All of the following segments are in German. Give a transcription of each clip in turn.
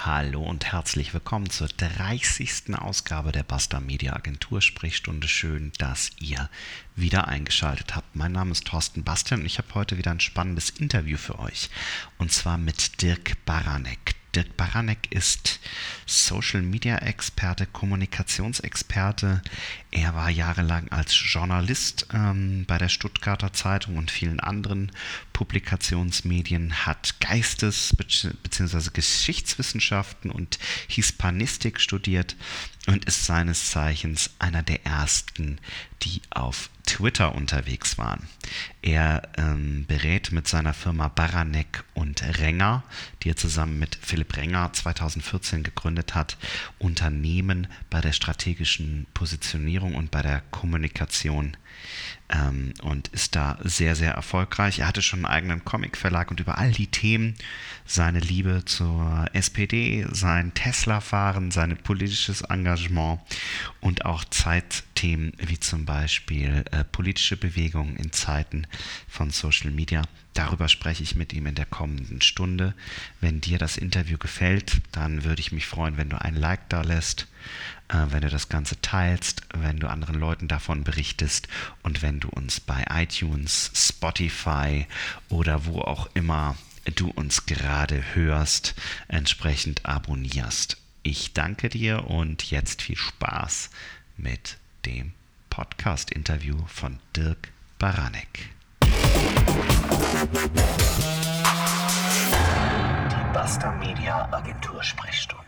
Hallo und herzlich willkommen zur 30. Ausgabe der Basta Media Agentur Sprechstunde. Schön, dass ihr wieder eingeschaltet habt. Mein Name ist Thorsten Bastian und ich habe heute wieder ein spannendes Interview für euch. Und zwar mit Dirk Baranek. Dirk Baranek ist Social-Media-Experte, Kommunikationsexperte. Er war jahrelang als Journalist bei der Stuttgarter Zeitung und vielen anderen Publikationsmedien, hat Geistes- bzw. Geschichtswissenschaften und Hispanistik studiert und ist seines Zeichens einer der ersten, die auf Twitter unterwegs waren. Er berät mit seiner Firma Baranek und Renger, die er zusammen mit Philipp Renger 2014 gegründet hat, Unternehmen bei der strategischen Positionierung und bei der Kommunikation und ist da sehr, sehr erfolgreich. Er hatte schon einen eigenen Comicverlag und über all die Themen, seine Liebe zur SPD, sein Tesla-Fahren, sein politisches Engagement und auch Zeitthemen wie zum Beispiel politische Bewegungen in Zeiten von Social Media. Darüber spreche ich mit ihm in der kommenden Stunde. Wenn dir das Interview gefällt, dann würde ich mich freuen, wenn du ein Like da lässt, wenn du das Ganze teilst, wenn du anderen Leuten davon berichtest und wenn du uns bei iTunes, Spotify oder wo auch immer du uns gerade hörst, entsprechend abonnierst. Ich danke dir und jetzt viel Spaß mit dem Podcast-Interview von Dirk Baranek. Die Basta Media Agentur Sprechstunde.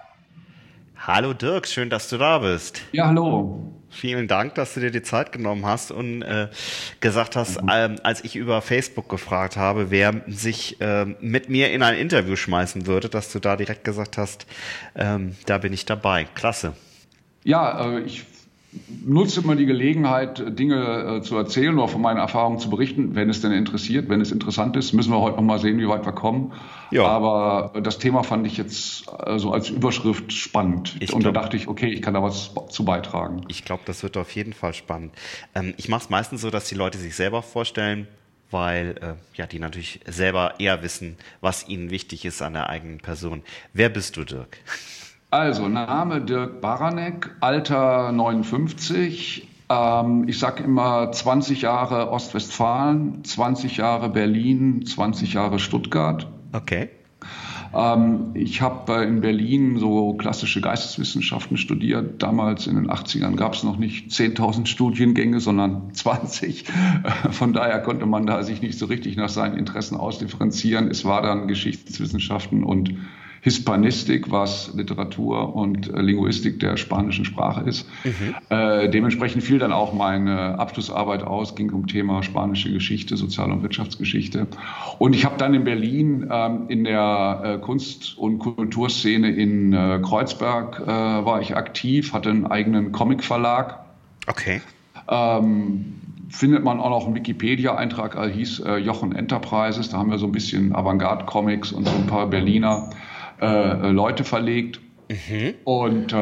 Hallo Dirk, schön, dass du da bist. Ja, hallo. Vielen Dank, dass du dir die Zeit genommen hast und gesagt hast, als ich über Facebook gefragt habe, wer sich mit mir in ein Interview schmeißen würde, dass du da direkt gesagt hast, da bin ich dabei. Klasse. Ja, ich nutze immer die Gelegenheit, Dinge zu erzählen oder von meinen Erfahrungen zu berichten, wenn es denn interessiert, wenn es interessant ist. Müssen wir heute noch mal sehen, wie weit wir kommen. Ja. Aber das Thema fand ich jetzt so als Überschrift spannend. Und da dachte ich, okay, ich kann da was zu beitragen. Ich glaube, das wird auf jeden Fall spannend. Ich mache es meistens so, dass die Leute sich selber vorstellen, weil die natürlich selber eher wissen, was ihnen wichtig ist an der eigenen Person. Wer bist du, Dirk? Also, Name Dirk Baranek, Alter 59. Ich sage immer 20 Jahre Ostwestfalen, 20 Jahre Berlin, 20 Jahre Stuttgart. Okay. Ich habe in Berlin so klassische Geisteswissenschaften studiert. Damals in den 80ern gab es noch nicht 10.000 Studiengänge, sondern 20. Von daher konnte man da sich nicht so richtig nach seinen Interessen ausdifferenzieren. Es war dann Geschichtswissenschaften und Hispanistik, was Literatur und Linguistik der spanischen Sprache ist. Dementsprechend fiel dann auch meine Abschlussarbeit aus, ging um Thema spanische Geschichte, Sozial- und Wirtschaftsgeschichte. Und ich habe dann in Berlin in der Kunst- und Kulturszene in Kreuzberg war ich aktiv, hatte einen eigenen Comicverlag. Okay. Findet man auch noch einen Wikipedia-Eintrag, hieß Jochen Enterprises. Da haben wir so ein bisschen Avantgarde-Comics und so ein paar Berliner Leute verlegt. Und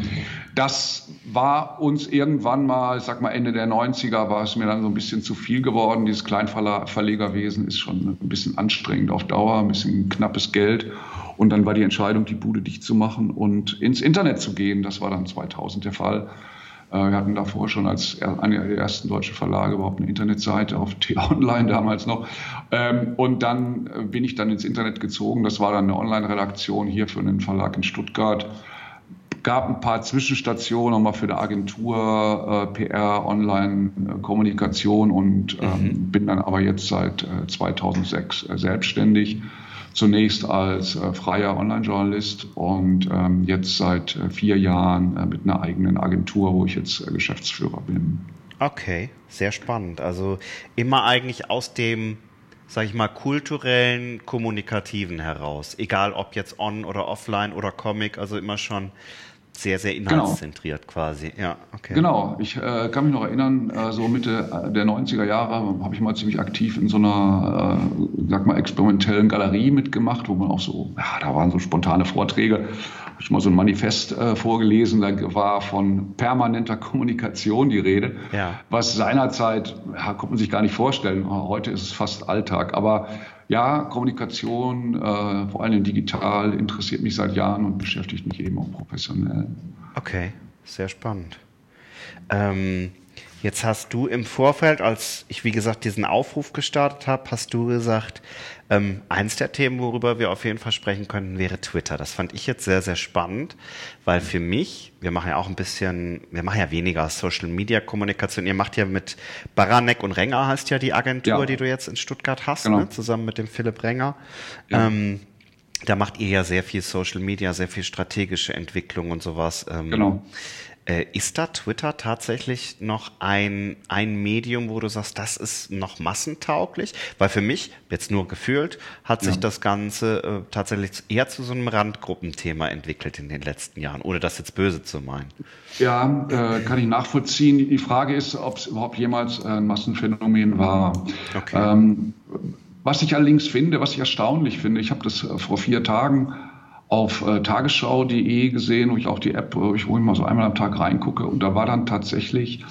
das war uns irgendwann mal, ich sag mal Ende der 90er, war es mir dann so ein bisschen zu viel geworden. Dieses Kleinverlegerwesen ist schon ein bisschen anstrengend auf Dauer, ein bisschen knappes Geld. Und dann war die Entscheidung, die Bude dicht zu machen und ins Internet zu gehen. Das war dann 2000 der Fall. Wir hatten davor schon als einer der ersten deutschen Verlage überhaupt eine Internetseite auf T-Online damals noch. Und dann bin ich dann ins Internet gezogen. Das war dann eine Online-Redaktion hier für einen Verlag in Stuttgart. Gab ein paar Zwischenstationen nochmal für die Agentur, PR, Online-Kommunikation und bin dann aber jetzt seit 2006 selbstständig. Zunächst als freier Online-Journalist und jetzt seit 4 Jahren mit einer eigenen Agentur, wo ich jetzt Geschäftsführer bin. Okay, sehr spannend. Also immer eigentlich aus dem, sag ich mal, kulturellen, kommunikativen heraus. Egal ob jetzt on oder offline oder Comic, also immer schon sehr, sehr inhaltszentriert quasi. Ja, okay. Genau, ich kann mich noch erinnern, so Mitte der 90er Jahre habe ich mal ziemlich aktiv in so einer, sag mal, experimentellen Galerie mitgemacht, wo man auch so, da waren so spontane Vorträge, habe ich mal so ein Manifest vorgelesen, da war von permanenter Kommunikation die Rede, was seinerzeit, konnte man sich gar nicht vorstellen, heute ist es fast Alltag, aber ja, Kommunikation, vor allem digital, interessiert mich seit Jahren und beschäftigt mich eben auch professionell. Okay, sehr spannend. Jetzt hast du im Vorfeld, als ich, wie gesagt, diesen Aufruf gestartet habe, hast du gesagt, eins der Themen, worüber wir auf jeden Fall sprechen könnten, wäre Twitter. Das fand ich jetzt sehr, sehr spannend, weil für mich, wir machen ja weniger Social-Media-Kommunikation. Ihr macht ja mit Baranek und Renger, heißt ja die Agentur, die du jetzt in Stuttgart hast, genau. ne? Zusammen mit dem Philipp Renger. Ja. Da macht ihr ja sehr viel Social Media, sehr viel strategische Entwicklung und sowas. Genau. Ist da Twitter tatsächlich noch ein Medium, wo du sagst, das ist noch massentauglich? Weil für mich, jetzt nur gefühlt, hat sich das Ganze tatsächlich eher zu so einem Randgruppenthema entwickelt in den letzten Jahren, ohne das jetzt böse zu meinen. Ja, kann ich nachvollziehen. Die Frage ist, ob es überhaupt jemals ein Massenphänomen war. Okay. Was ich allerdings finde, was ich erstaunlich finde, ich habe das vor 4 Tagen auf tagesschau.de gesehen, wo ich auch die App, wo ich mal so einmal am Tag reingucke, und da war dann tatsächlich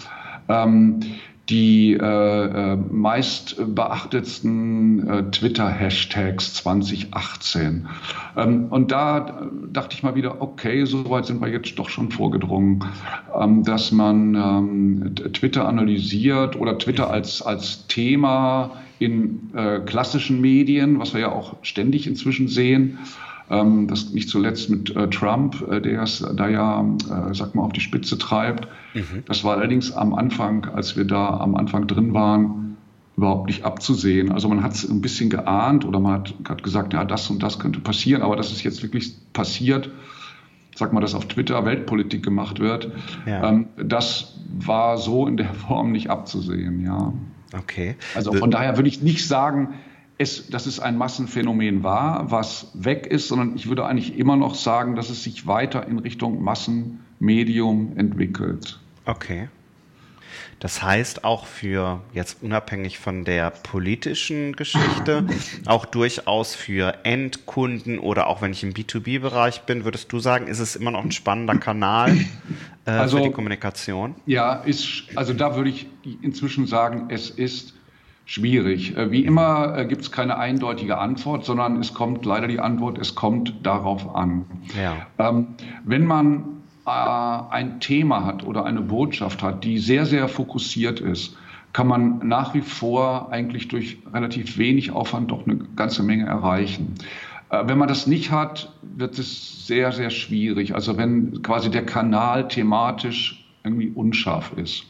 die meist beachtetsten Twitter-Hashtags 2018. Und da dachte ich mal wieder, okay, so weit sind wir jetzt doch schon vorgedrungen, dass man Twitter analysiert oder Twitter als Thema in klassischen Medien, was wir ja auch ständig inzwischen sehen, das nicht zuletzt mit Trump, der es da ja, sag mal, auf die Spitze treibt. Das war allerdings am Anfang, als wir da am Anfang drin waren, überhaupt nicht abzusehen. Also man hat es ein bisschen geahnt oder man hat gesagt, ja, das und das könnte passieren, aber dass es jetzt wirklich passiert, sag mal, dass auf Twitter Weltpolitik gemacht wird, das war so in der Form nicht abzusehen, ja. Okay. Also von daher würde ich nicht sagen, dass es ein Massenphänomen war, was weg ist, sondern ich würde eigentlich immer noch sagen, dass es sich weiter in Richtung Massenmedium entwickelt. Okay. Das heißt auch für, jetzt unabhängig von der politischen Geschichte, auch durchaus für Endkunden oder auch wenn ich im B2B-Bereich bin, würdest du sagen, ist es immer noch ein spannender Kanal für die Kommunikation? Ja, also da würde ich inzwischen sagen, es ist schwierig. Wie immer gibt es keine eindeutige Antwort, sondern es kommt leider die Antwort, es kommt darauf an. Ja. Wenn man ein Thema hat oder eine Botschaft hat, die sehr, sehr fokussiert ist, kann man nach wie vor eigentlich durch relativ wenig Aufwand doch eine ganze Menge erreichen. Wenn man das nicht hat, wird es sehr, sehr schwierig. Also wenn quasi der Kanal thematisch irgendwie unscharf ist.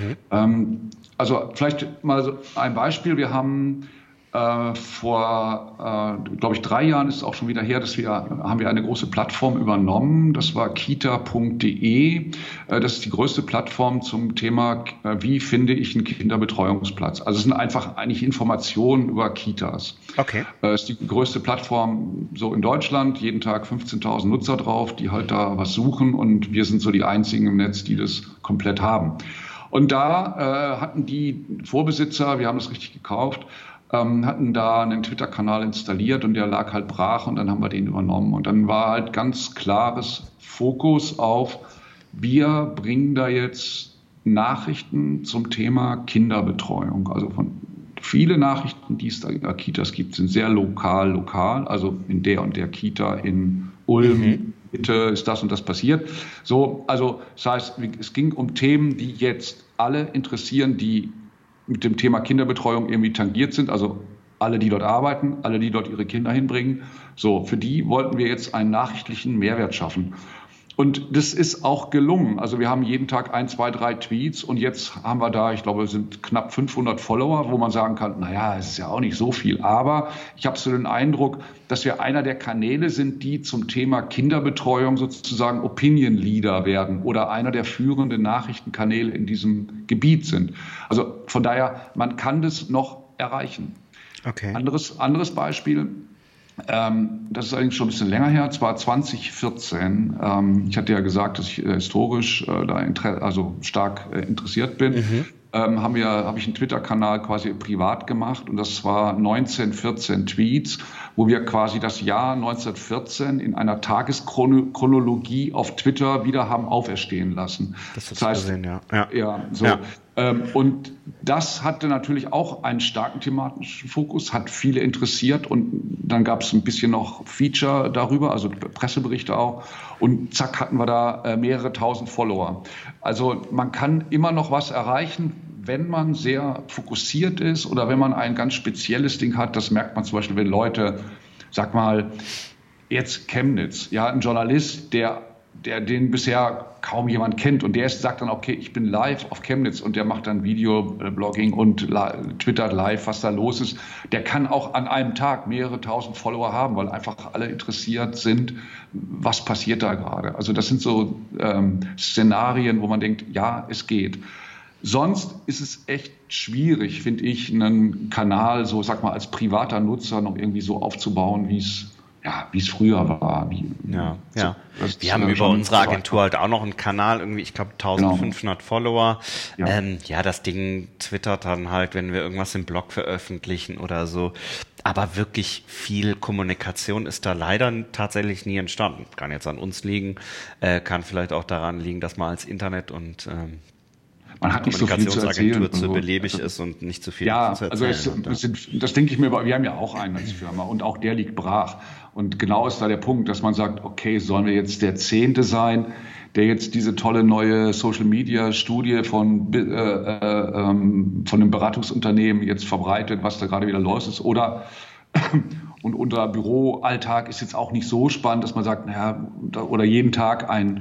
Also vielleicht mal so ein Beispiel. Wir haben vor, glaube ich, 3 Jahren ist es auch schon wieder her, haben wir eine große Plattform übernommen. Das war kita.de. Das ist die größte Plattform zum Thema, wie finde ich einen Kinderbetreuungsplatz. Also es sind einfach eigentlich Informationen über Kitas. Okay. Es ist die größte Plattform so in Deutschland. Jeden Tag 15.000 Nutzer drauf, die halt da was suchen. Und wir sind so die einzigen im Netz, die das komplett haben. Und da hatten die Vorbesitzer, wir haben das richtig gekauft, hatten da einen Twitter-Kanal installiert und der lag halt brach und dann haben wir den übernommen. Und dann war halt ganz klares Fokus auf, wir bringen da jetzt Nachrichten zum Thema Kinderbetreuung. Also viele Nachrichten, die es da in der Kitas gibt, sind sehr lokal, also in der und der Kita in Ulm. Bitte ist das und das passiert. So, also das heißt, es ging um Themen, die jetzt alle interessieren, die mit dem Thema Kinderbetreuung irgendwie tangiert sind. Also alle, die dort arbeiten, alle, die dort ihre Kinder hinbringen. So, für die wollten wir jetzt einen nachrichtlichen Mehrwert schaffen. Und das ist auch gelungen. Also wir haben jeden Tag 1, 2, 3 Tweets und jetzt haben wir da, ich glaube, es sind knapp 500 Follower, wo man sagen kann, naja, es ist ja auch nicht so viel. Aber ich habe so den Eindruck, dass wir einer der Kanäle sind, die zum Thema Kinderbetreuung sozusagen Opinion Leader werden oder einer der führenden Nachrichtenkanäle in diesem Gebiet sind. Also von daher, man kann das noch erreichen. Okay. Anderes Beispiel. Das ist eigentlich schon ein bisschen länger her, zwar 2014. Ich hatte ja gesagt, dass ich historisch stark interessiert bin. Habe ich einen Twitter-Kanal quasi privat gemacht und das war 1914 Tweets, wo wir quasi das Jahr 1914 in einer Tageschronologie auf Twitter wieder haben auferstehen lassen. Das heißt, gesehen, ja. Ja, so. Ja. Und das hatte natürlich auch einen starken thematischen Fokus, hat viele interessiert und dann gab es ein bisschen noch Feature darüber, also Presseberichte auch und zack hatten wir da mehrere tausend Follower. Also man kann immer noch was erreichen, wenn man sehr fokussiert ist oder wenn man ein ganz spezielles Ding hat. Das merkt man zum Beispiel, wenn Leute, sag mal, jetzt Chemnitz, ja, ein Journalist, der den bisher kaum jemand kennt und der sagt dann, okay, ich bin live auf Chemnitz und der macht dann Videoblogging und twittert live, was da los ist. Der kann auch an einem Tag mehrere tausend Follower haben, weil einfach alle interessiert sind, was passiert da gerade. Also das sind so Szenarien, wo man denkt, ja, es geht. Sonst ist es echt schwierig, finde ich, einen Kanal so, sag mal, als privater Nutzer noch irgendwie so aufzubauen, wie es früher war. Ja. Wir haben über unsere Agentur halt auch noch einen Kanal, irgendwie, ich glaube 1500 Follower. Ja. Das Ding twittert dann halt, wenn wir irgendwas im Blog veröffentlichen oder so. Aber wirklich viel Kommunikation ist da leider tatsächlich nie entstanden. Kann jetzt an uns liegen, kann vielleicht auch daran liegen, dass man als Internet- und man hat nicht so viel zu erzählen. Zu beliebig ist und nicht so viel zu erzählen. Also das denke ich mir, wir haben ja auch einen als Firma und auch der liegt brach. Und genau ist da der Punkt, dass man sagt, okay, sollen wir jetzt der 10. sein, der jetzt diese tolle neue Social-Media-Studie von einem Beratungsunternehmen jetzt verbreitet, was da gerade wieder los ist, oder und unser Büroalltag ist jetzt auch nicht so spannend, dass man sagt, naja, oder jeden Tag ein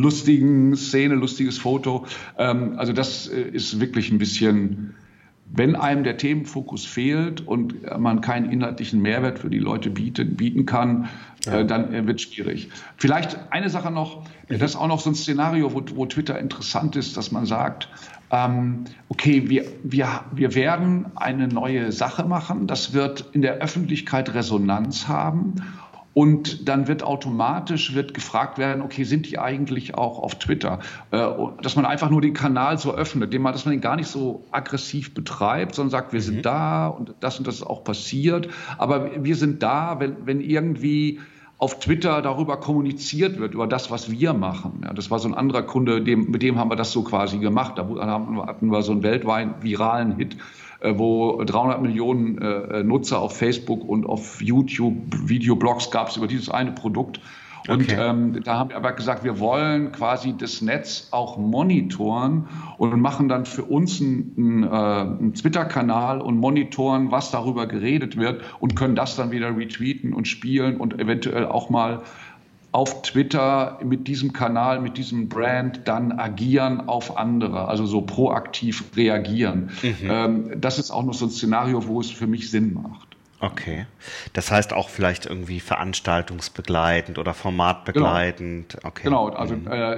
lustiges Foto. Also das ist wirklich ein bisschen, wenn einem der Themenfokus fehlt und man keinen inhaltlichen Mehrwert für die Leute bieten kann, dann wird es schwierig. Vielleicht eine Sache noch, das ist auch noch so ein Szenario, wo Twitter interessant ist, dass man sagt, okay, wir werden eine neue Sache machen, das wird in der Öffentlichkeit Resonanz haben. Und dann wird automatisch gefragt werden, okay, sind die eigentlich auch auf Twitter? Dass man einfach nur den Kanal so öffnet, dass man den gar nicht so aggressiv betreibt, sondern sagt, wir sind da und das ist auch passiert. Aber wir sind da, wenn irgendwie auf Twitter darüber kommuniziert wird, über das, was wir machen. Ja, das war so ein anderer Kunde, mit dem haben wir das so quasi gemacht. Da hatten wir so einen weltweit viralen Hit, wo 300 Millionen Nutzer auf Facebook und auf YouTube Videoblogs gab es über dieses eine Produkt. Und da haben wir aber gesagt, wir wollen quasi das Netz auch monitoren und machen dann für uns einen Twitter-Kanal und monitoren, was darüber geredet wird und können das dann wieder retweeten und spielen und eventuell auch mal auf Twitter mit diesem Kanal, mit diesem Brand dann agieren auf andere, also so proaktiv reagieren. Das ist auch noch so ein Szenario, wo es für mich Sinn macht. Okay. Das heißt auch vielleicht irgendwie veranstaltungsbegleitend oder formatbegleitend. Genau. Okay. Genau, also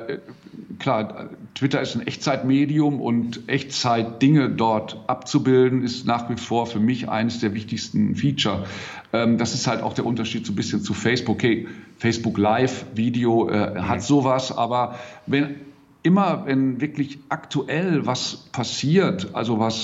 klar, Twitter ist ein Echtzeitmedium und Echtzeit-Dinge dort abzubilden ist nach wie vor für mich eines der wichtigsten Feature. Das ist halt auch der Unterschied so ein bisschen zu Facebook. Okay, Facebook Live Video hat sowas, aber wenn wirklich aktuell was passiert, also was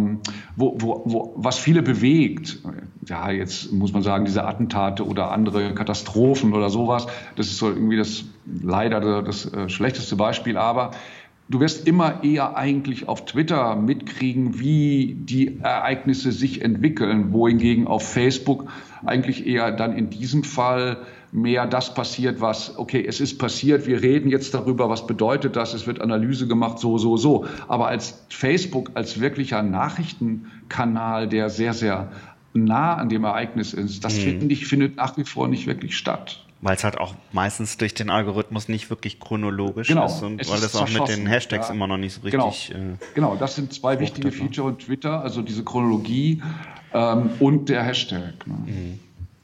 viele bewegt, ja, jetzt muss man sagen, diese Attentate oder andere Katastrophen oder sowas, das ist so irgendwie leider das schlechteste Beispiel, aber du wirst immer eher eigentlich auf Twitter mitkriegen, wie die Ereignisse sich entwickeln, wohingegen auf Facebook eigentlich eher dann in diesem Fall mehr das passiert, okay, es ist passiert, wir reden jetzt darüber, was bedeutet das, es wird Analyse gemacht, so. Aber als Facebook, als wirklicher Nachrichtenkanal, der sehr, sehr nah an dem Ereignis ist, das findet nach wie vor nicht wirklich statt. Weil es halt auch meistens durch den Algorithmus nicht wirklich chronologisch ist und weil es auch mit den Hashtags immer noch nicht so richtig... Genau, das sind zwei wichtige Feature von Twitter, also diese Chronologie und der Hashtag. Ne?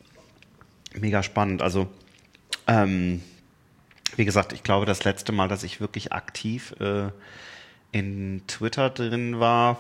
Mega spannend. Also, wie gesagt, ich glaube, das letzte Mal, dass ich wirklich aktiv in Twitter drin war,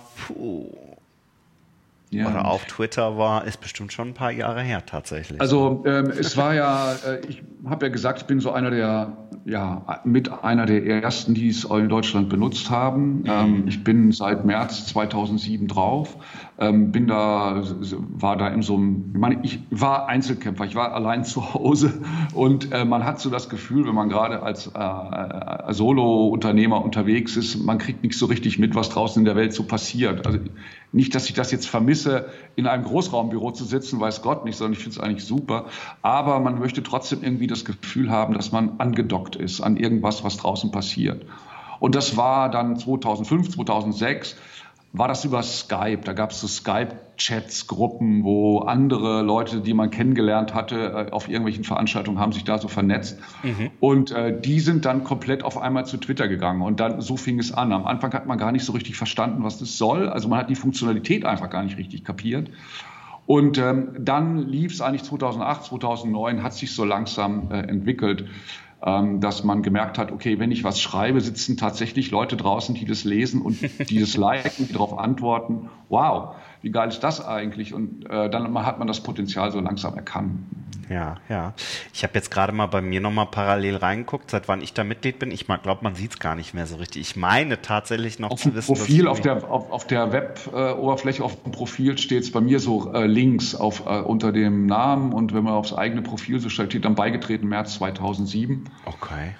oder auf Twitter war, ist bestimmt schon ein paar Jahre her tatsächlich. Also es war ja, ich habe ja gesagt, ich bin so einer der ersten, die es in Deutschland benutzt haben. Ich bin seit März 2007 drauf. war da in so einem, ich meine, ich war Einzelkämpfer, ich war allein zu Hause und man hat so das Gefühl, wenn man gerade als Solo-Unternehmer unterwegs ist, man kriegt nicht so richtig mit, was draußen in der Welt so passiert. Also nicht, dass ich das jetzt vermisse, in einem Großraumbüro zu sitzen, weiß Gott nicht, sondern ich finde es eigentlich super. Aber man möchte trotzdem irgendwie das Gefühl haben, dass man angedockt ist an irgendwas, was draußen passiert. Und das war dann 2005, 2006, war das über Skype. Da gab es so Skype-Chats, Gruppen, wo andere Leute, die man kennengelernt hatte, auf irgendwelchen Veranstaltungen haben sich da so vernetzt. Und die sind dann komplett auf einmal zu Twitter gegangen. Und dann so fing es an. Am Anfang hat man gar nicht so richtig verstanden, was das soll. Also man hat die Funktionalität einfach gar nicht richtig kapiert. Und dann lief es eigentlich 2008, 2009, hat sich so langsam entwickelt, dass man gemerkt hat, okay, wenn ich was schreibe, sitzen tatsächlich Leute draußen, die das lesen und die das liken, die darauf antworten. Wow, wie geil ist das eigentlich? Und dann hat man das Potenzial so langsam erkannt. Ja, ja. Ich habe jetzt gerade mal bei mir nochmal parallel reingeguckt, seit wann ich da Mitglied bin. Ich glaube, man sieht es gar nicht mehr so richtig. Ich meine tatsächlich noch zu wissen, Profil, auf der Web-Oberfläche, auf dem Profil steht es bei mir so links unter dem Namen. Und wenn man aufs eigene Profil so steht, dann beigetreten März 2007. Okay.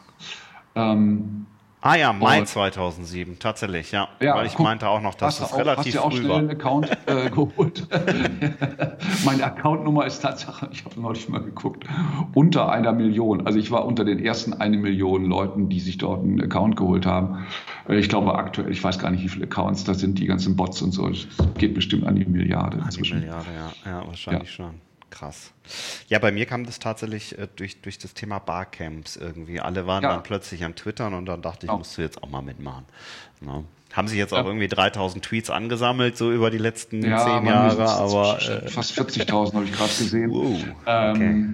Mai 2007, tatsächlich, ja. Weil ich meinte auch noch, dass das relativ früh war. Hast du auch schnell einen Account geholt? Meine Accountnummer ist Tatsache, ich habe neulich mal geguckt, unter 1 Million. Also ich war unter den ersten 1 Million Leuten, die sich dort einen Account geholt haben. Ich glaube aktuell, ich weiß gar nicht, wie viele Accounts da sind, die ganzen Bots und so. Das geht bestimmt an die Milliarde inzwischen. An die Milliarde, ja, wahrscheinlich schon. Krass. Ja, bei mir kam das tatsächlich durch das Thema Barcamps irgendwie. Alle waren dann plötzlich am Twittern und dann dachte ich, musst du jetzt auch mal mitmachen. Ja. Haben sich jetzt auch irgendwie 3000 Tweets angesamelt, so über die letzten 10 Jahre, aber fast 40.000 habe ich gerade gesehen. Okay.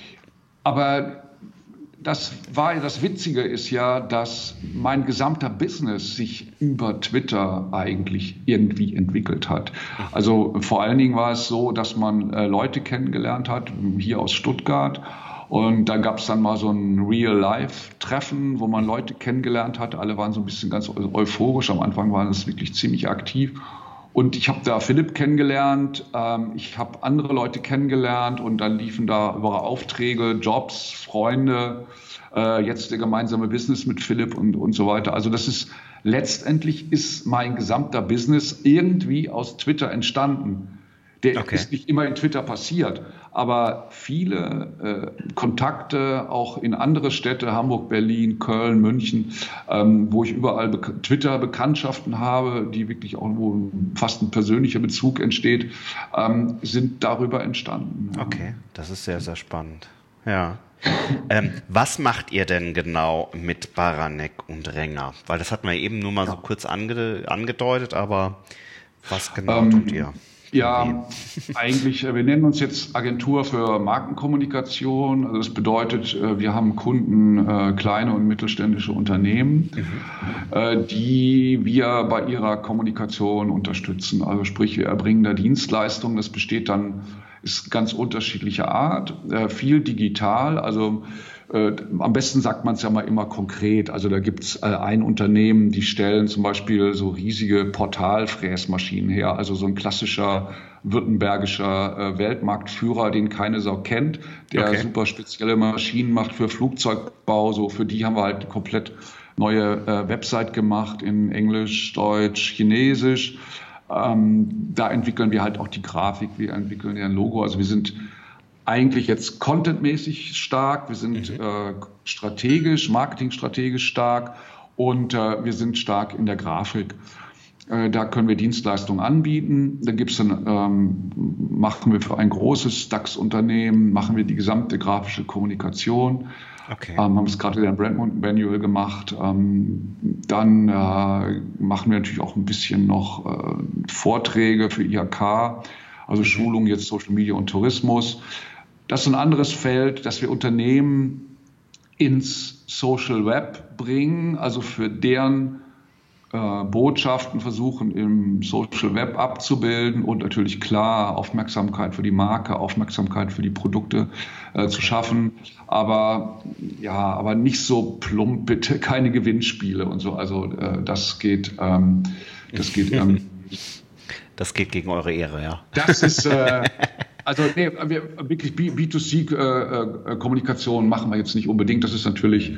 Aber das Witzige ist ja, dass mein gesamter Business sich über Twitter eigentlich irgendwie entwickelt hat. Also vor allen Dingen war es so, dass man Leute kennengelernt hat, hier aus Stuttgart. Und da gab es dann mal so ein Real-Life-Treffen, wo man Leute kennengelernt hat. Alle waren so ein bisschen ganz euphorisch. Am Anfang waren es wirklich ziemlich aktiv. Und ich habe da Philipp kennengelernt, ich habe andere Leute kennengelernt und dann liefen da über Aufträge, Jobs, Freunde, jetzt der gemeinsame Business mit Philipp und so weiter. Also das ist letztendlich ist mein gesamter Business irgendwie aus Twitter entstanden. Der ist nicht immer in Twitter passiert, aber viele Kontakte auch in andere Städte, Hamburg, Berlin, Köln, München, wo ich überall Twitter-Bekanntschaften habe, die wirklich auch, wo fast ein persönlicher Bezug entsteht, sind darüber entstanden. Okay, das ist sehr, sehr spannend. Ja. Was macht ihr denn genau mit Baranek und Renger? Weil das hat man eben nur mal so kurz angedeutet, aber was genau tut ihr? Ja, eigentlich, wir nennen uns jetzt Agentur für Markenkommunikation. Also das bedeutet, wir haben Kunden, kleine und mittelständische Unternehmen, die wir bei ihrer Kommunikation unterstützen. Also sprich, wir erbringen da Dienstleistungen. Das ist ganz unterschiedlicher Art, viel digital, also am besten sagt man es ja mal immer konkret. Also da gibt es ein Unternehmen, die stellen zum Beispiel so riesige Portalfräsmaschinen her. Also so ein klassischer württembergischer Weltmarktführer, den keine Sau kennt, der super spezielle Maschinen macht für Flugzeugbau. So für die haben wir halt eine komplett neue Website gemacht in Englisch, Deutsch, Chinesisch. Da entwickeln wir halt auch die Grafik, wir entwickeln ja ein Logo. Also wir sind eigentlich jetzt contentmäßig stark, wir sind marketingstrategisch stark und wir sind stark in der Grafik. Da können wir Dienstleistungen anbieten. Da machen wir für ein großes DAX-Unternehmen, machen wir die gesamte grafische Kommunikation. Haben es gerade in der Brand Manual gemacht. Dann machen wir natürlich auch ein bisschen noch Vorträge für IHK, also Schulung, jetzt Social Media und Tourismus. Das ist ein anderes Feld, dass wir Unternehmen ins Social Web bringen, also für deren Botschaften versuchen im Social Web abzubilden und natürlich klar Aufmerksamkeit für die Marke, Aufmerksamkeit für die Produkte zu schaffen. Aber nicht so plump, bitte, keine Gewinnspiele und so. Also das geht das geht gegen eure Ehre, ja. Das ist, also nee, wirklich B2C-Kommunikation machen wir jetzt nicht unbedingt. Das ist natürlich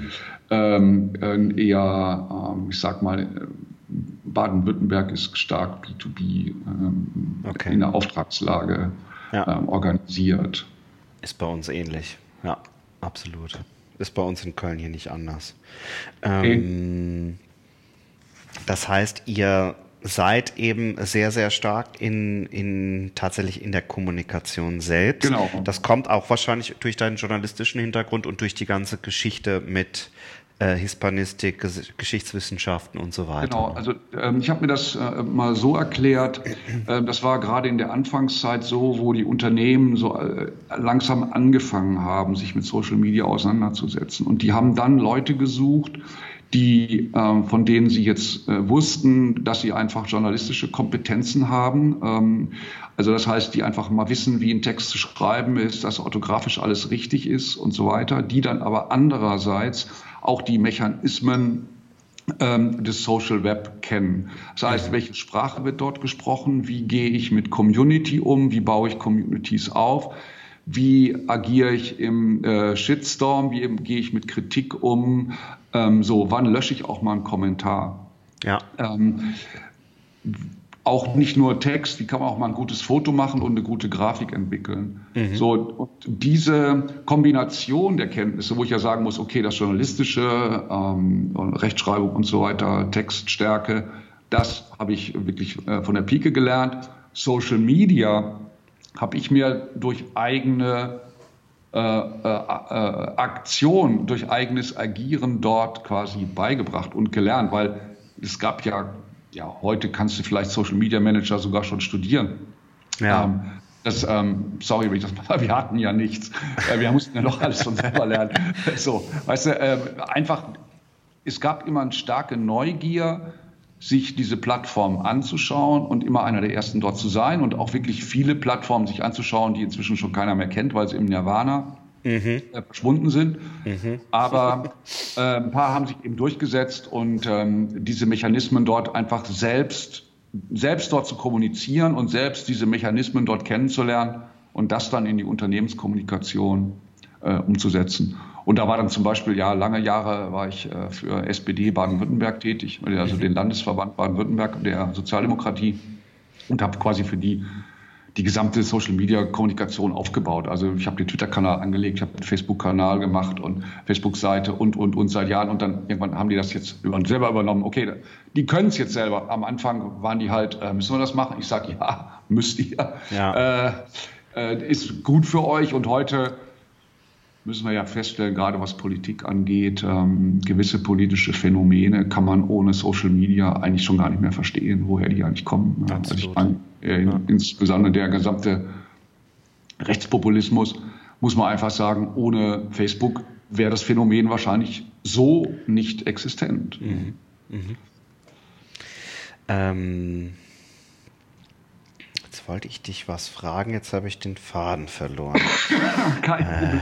eher, ich sag mal, Baden-Württemberg ist stark B2B in der Auftragslage organisiert. Ist bei uns ähnlich, ja, absolut. Ist bei uns in Köln hier nicht anders. Das heißt, ihr seid eben sehr, sehr stark tatsächlich in der Kommunikation selbst. Genau. Das kommt auch wahrscheinlich durch deinen journalistischen Hintergrund und durch die ganze Geschichte mit Hispanistik, Geschichtswissenschaften und so weiter. Genau, also ich habe mir das mal so erklärt, das war gerade in der Anfangszeit so, wo die Unternehmen so langsam angefangen haben, sich mit Social Media auseinanderzusetzen. Und die haben dann Leute gesucht, von denen sie jetzt wussten, dass sie einfach journalistische Kompetenzen haben. Also das heißt, die einfach mal wissen, wie ein Text zu schreiben ist, dass orthografisch alles richtig ist und so weiter, die dann aber andererseits auch die Mechanismen des Social Web kennen. Das heißt, welche Sprache wird dort gesprochen, wie gehe ich mit Community um, wie baue ich Communities auf, wie agiere ich im Shitstorm, wie gehe ich mit Kritik um, wann lösche ich auch mal einen Kommentar. Ja. Auch nicht nur Text, wie kann man auch mal ein gutes Foto machen und eine gute Grafik entwickeln. Und diese Kombination der Kenntnisse, wo ich ja sagen muss, okay, das Journalistische, Rechtschreibung und so weiter, Textstärke, das habe ich wirklich von der Pike gelernt. Social Media habe ich mir durch eigene Aktion, durch eigenes Agieren dort quasi beigebracht und gelernt, weil es gab ja, heute kannst du vielleicht Social Media Manager sogar schon studieren. Ja. Sorry, wenn ich das mal, wir hatten ja nichts. Wir mussten ja noch alles schon selber lernen. So, weißt du, einfach, es gab immer eine starke Neugier, sich diese Plattform anzuschauen und immer einer der ersten dort zu sein und auch wirklich viele Plattformen sich anzuschauen, die inzwischen schon keiner mehr kennt, weil sie im Nirvana verschwunden sind. Aber ein paar haben sich eben durchgesetzt und diese Mechanismen dort einfach selbst dort zu kommunizieren und selbst diese Mechanismen dort kennenzulernen und das dann in die Unternehmenskommunikation umzusetzen. Und da war dann zum Beispiel, lange Jahre war ich für SPD Baden-Württemberg tätig, also den Landesverband Baden-Württemberg der Sozialdemokratie und habe quasi für die gesamte Social-Media-Kommunikation aufgebaut. Also ich habe den Twitter-Kanal angelegt, ich habe den Facebook-Kanal gemacht und Facebook-Seite und seit Jahren. Und dann irgendwann haben die das jetzt selber übernommen. Okay, die können es jetzt selber. Am Anfang waren die halt, müssen wir das machen? Ich sage, ja, müsst ihr. Ja. Ist gut für euch. Und heute müssen wir ja feststellen, gerade was Politik angeht, gewisse politische Phänomene kann man ohne Social Media eigentlich schon gar nicht mehr verstehen, woher die eigentlich kommen. Also ich meine, insbesondere der gesamte Rechtspopulismus, muss man einfach sagen, ohne Facebook wäre das Phänomen wahrscheinlich so nicht existent. Jetzt wollte ich dich was fragen, jetzt habe ich den Faden verloren. Kein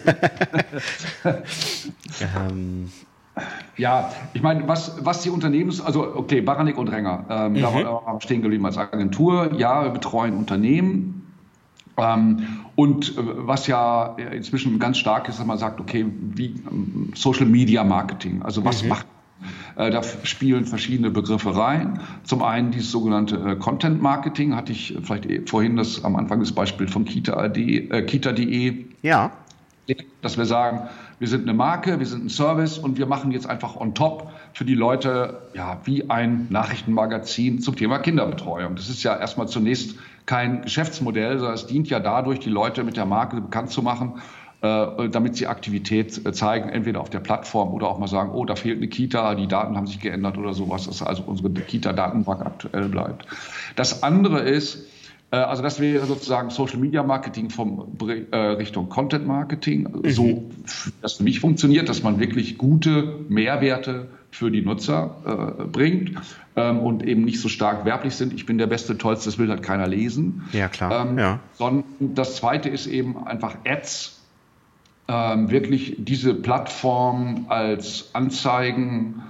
Ja, ich meine, was die also okay, Baranek und Renger, da waren wir stehen geblieben als Agentur. Ja, wir betreuen Unternehmen. Und was ja inzwischen ganz stark ist, dass man sagt, okay, wie Social Media Marketing, also was macht da spielen verschiedene Begriffe rein. Zum einen dieses sogenannte Content Marketing, hatte ich vielleicht vorhin am Anfang das Beispiel von Kita.de. Ja. Dass wir sagen, wir sind eine Marke, wir sind ein Service und wir machen jetzt einfach on top für die Leute, wie ein Nachrichtenmagazin zum Thema Kinderbetreuung. Das ist ja erstmal zunächst kein Geschäftsmodell, sondern es dient ja dadurch, die Leute mit der Marke bekannt zu machen, damit sie Aktivität zeigen, entweder auf der Plattform oder auch mal sagen, oh, da fehlt eine Kita, die Daten haben sich geändert oder sowas, dass also unsere Kita-Datenbank aktuell bleibt. Das andere ist, also das wäre sozusagen Social Media Marketing Richtung Content Marketing, so dass für mich funktioniert, dass man wirklich gute Mehrwerte für die Nutzer bringt und eben nicht so stark werblich sind. Ich bin der Beste, Tollste, das will halt keiner lesen. Ja, klar. Sondern das Zweite ist eben einfach Ads, wirklich diese Plattform als Anzeigen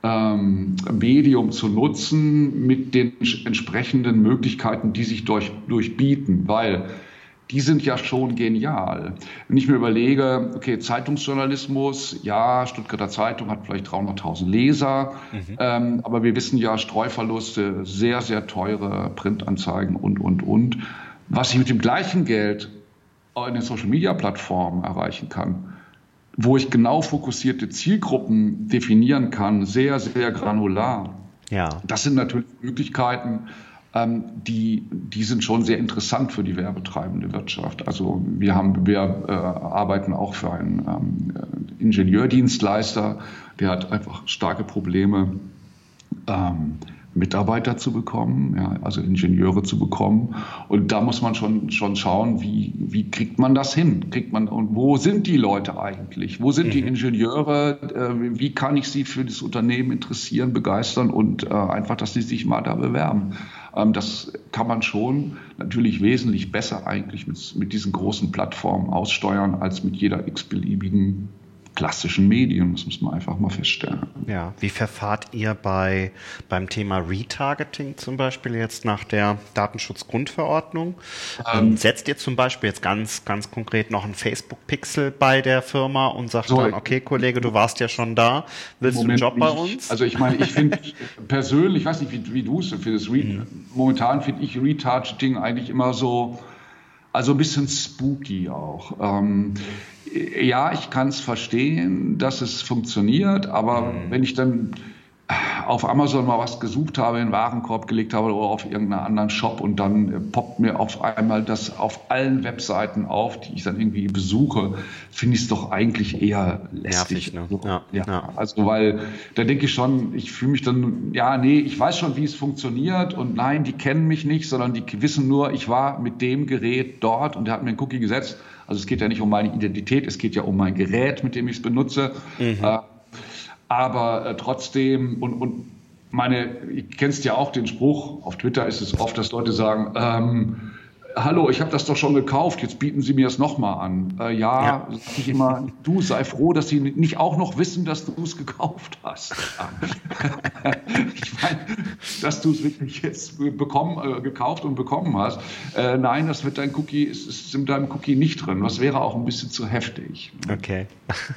Medium zu nutzen mit den entsprechenden Möglichkeiten, die sich durchbieten, weil die sind ja schon genial. Wenn ich mir überlege, okay, Zeitungsjournalismus, ja, Stuttgarter Zeitung hat vielleicht 300.000 Leser, aber wir wissen ja, Streuverluste, sehr, sehr teure Printanzeigen und. Was ich mit dem gleichen Geld in den Social-Media-Plattformen erreichen kann, wo ich genau fokussierte Zielgruppen definieren kann, sehr, sehr granular. Ja. Das sind natürlich Möglichkeiten, die sind schon sehr interessant für die werbetreibende Wirtschaft. Also wir arbeiten auch für einen Ingenieurdienstleister, der hat einfach starke Probleme, Mitarbeiter zu bekommen, ja, also Ingenieure zu bekommen. Und da muss man schon schauen, wie kriegt man das hin? Und wo sind die Leute eigentlich? Wo sind die Ingenieure? Wie kann ich sie für das Unternehmen interessieren, begeistern und einfach, dass sie sich mal da bewerben? Das kann man schon natürlich wesentlich besser eigentlich mit diesen großen Plattformen aussteuern als mit jeder x-beliebigen klassischen Medien, das muss man einfach mal feststellen. Ja, wie verfahrt ihr beim Thema Retargeting zum Beispiel jetzt nach der Datenschutzgrundverordnung? Setzt ihr zum Beispiel jetzt ganz, ganz konkret noch einen Facebook-Pixel bei der Firma und sagt dann, okay, Kollege, du warst ja schon da, willst du einen Job bei uns? Also ich meine, ich finde persönlich, ich weiß nicht, wie du es findest, momentan finde ich Retargeting eigentlich immer so, also ein bisschen spooky auch. Ja, ich kann es verstehen, dass es funktioniert, aber wenn ich dann auf Amazon mal was gesucht habe, in den Warenkorb gelegt habe oder auf irgendeinen anderen Shop und dann poppt mir auf einmal das auf allen Webseiten auf, die ich dann irgendwie besuche, finde ich es doch eigentlich eher lästig. Nervig, ne? Also weil da denke ich schon, ich fühle mich dann, ich weiß schon, wie es funktioniert und nein, die kennen mich nicht, sondern die wissen nur, ich war mit dem Gerät dort und der hat mir einen Cookie gesetzt. Also es geht ja nicht um meine Identität, es geht ja um mein Gerät, mit dem ich es benutze. Aber trotzdem, du kennst ja auch den Spruch, auf Twitter ist es oft, dass Leute sagen, hallo, ich habe das doch schon gekauft, jetzt bieten Sie mir das nochmal an. Sag ich immer, du sei froh, dass Sie nicht auch noch wissen, dass du es gekauft hast. Ich meine, dass du es wirklich jetzt gekauft und bekommen hast. Nein, das wird dein Cookie, es ist in deinem Cookie nicht drin. Das wäre auch ein bisschen zu heftig. Okay.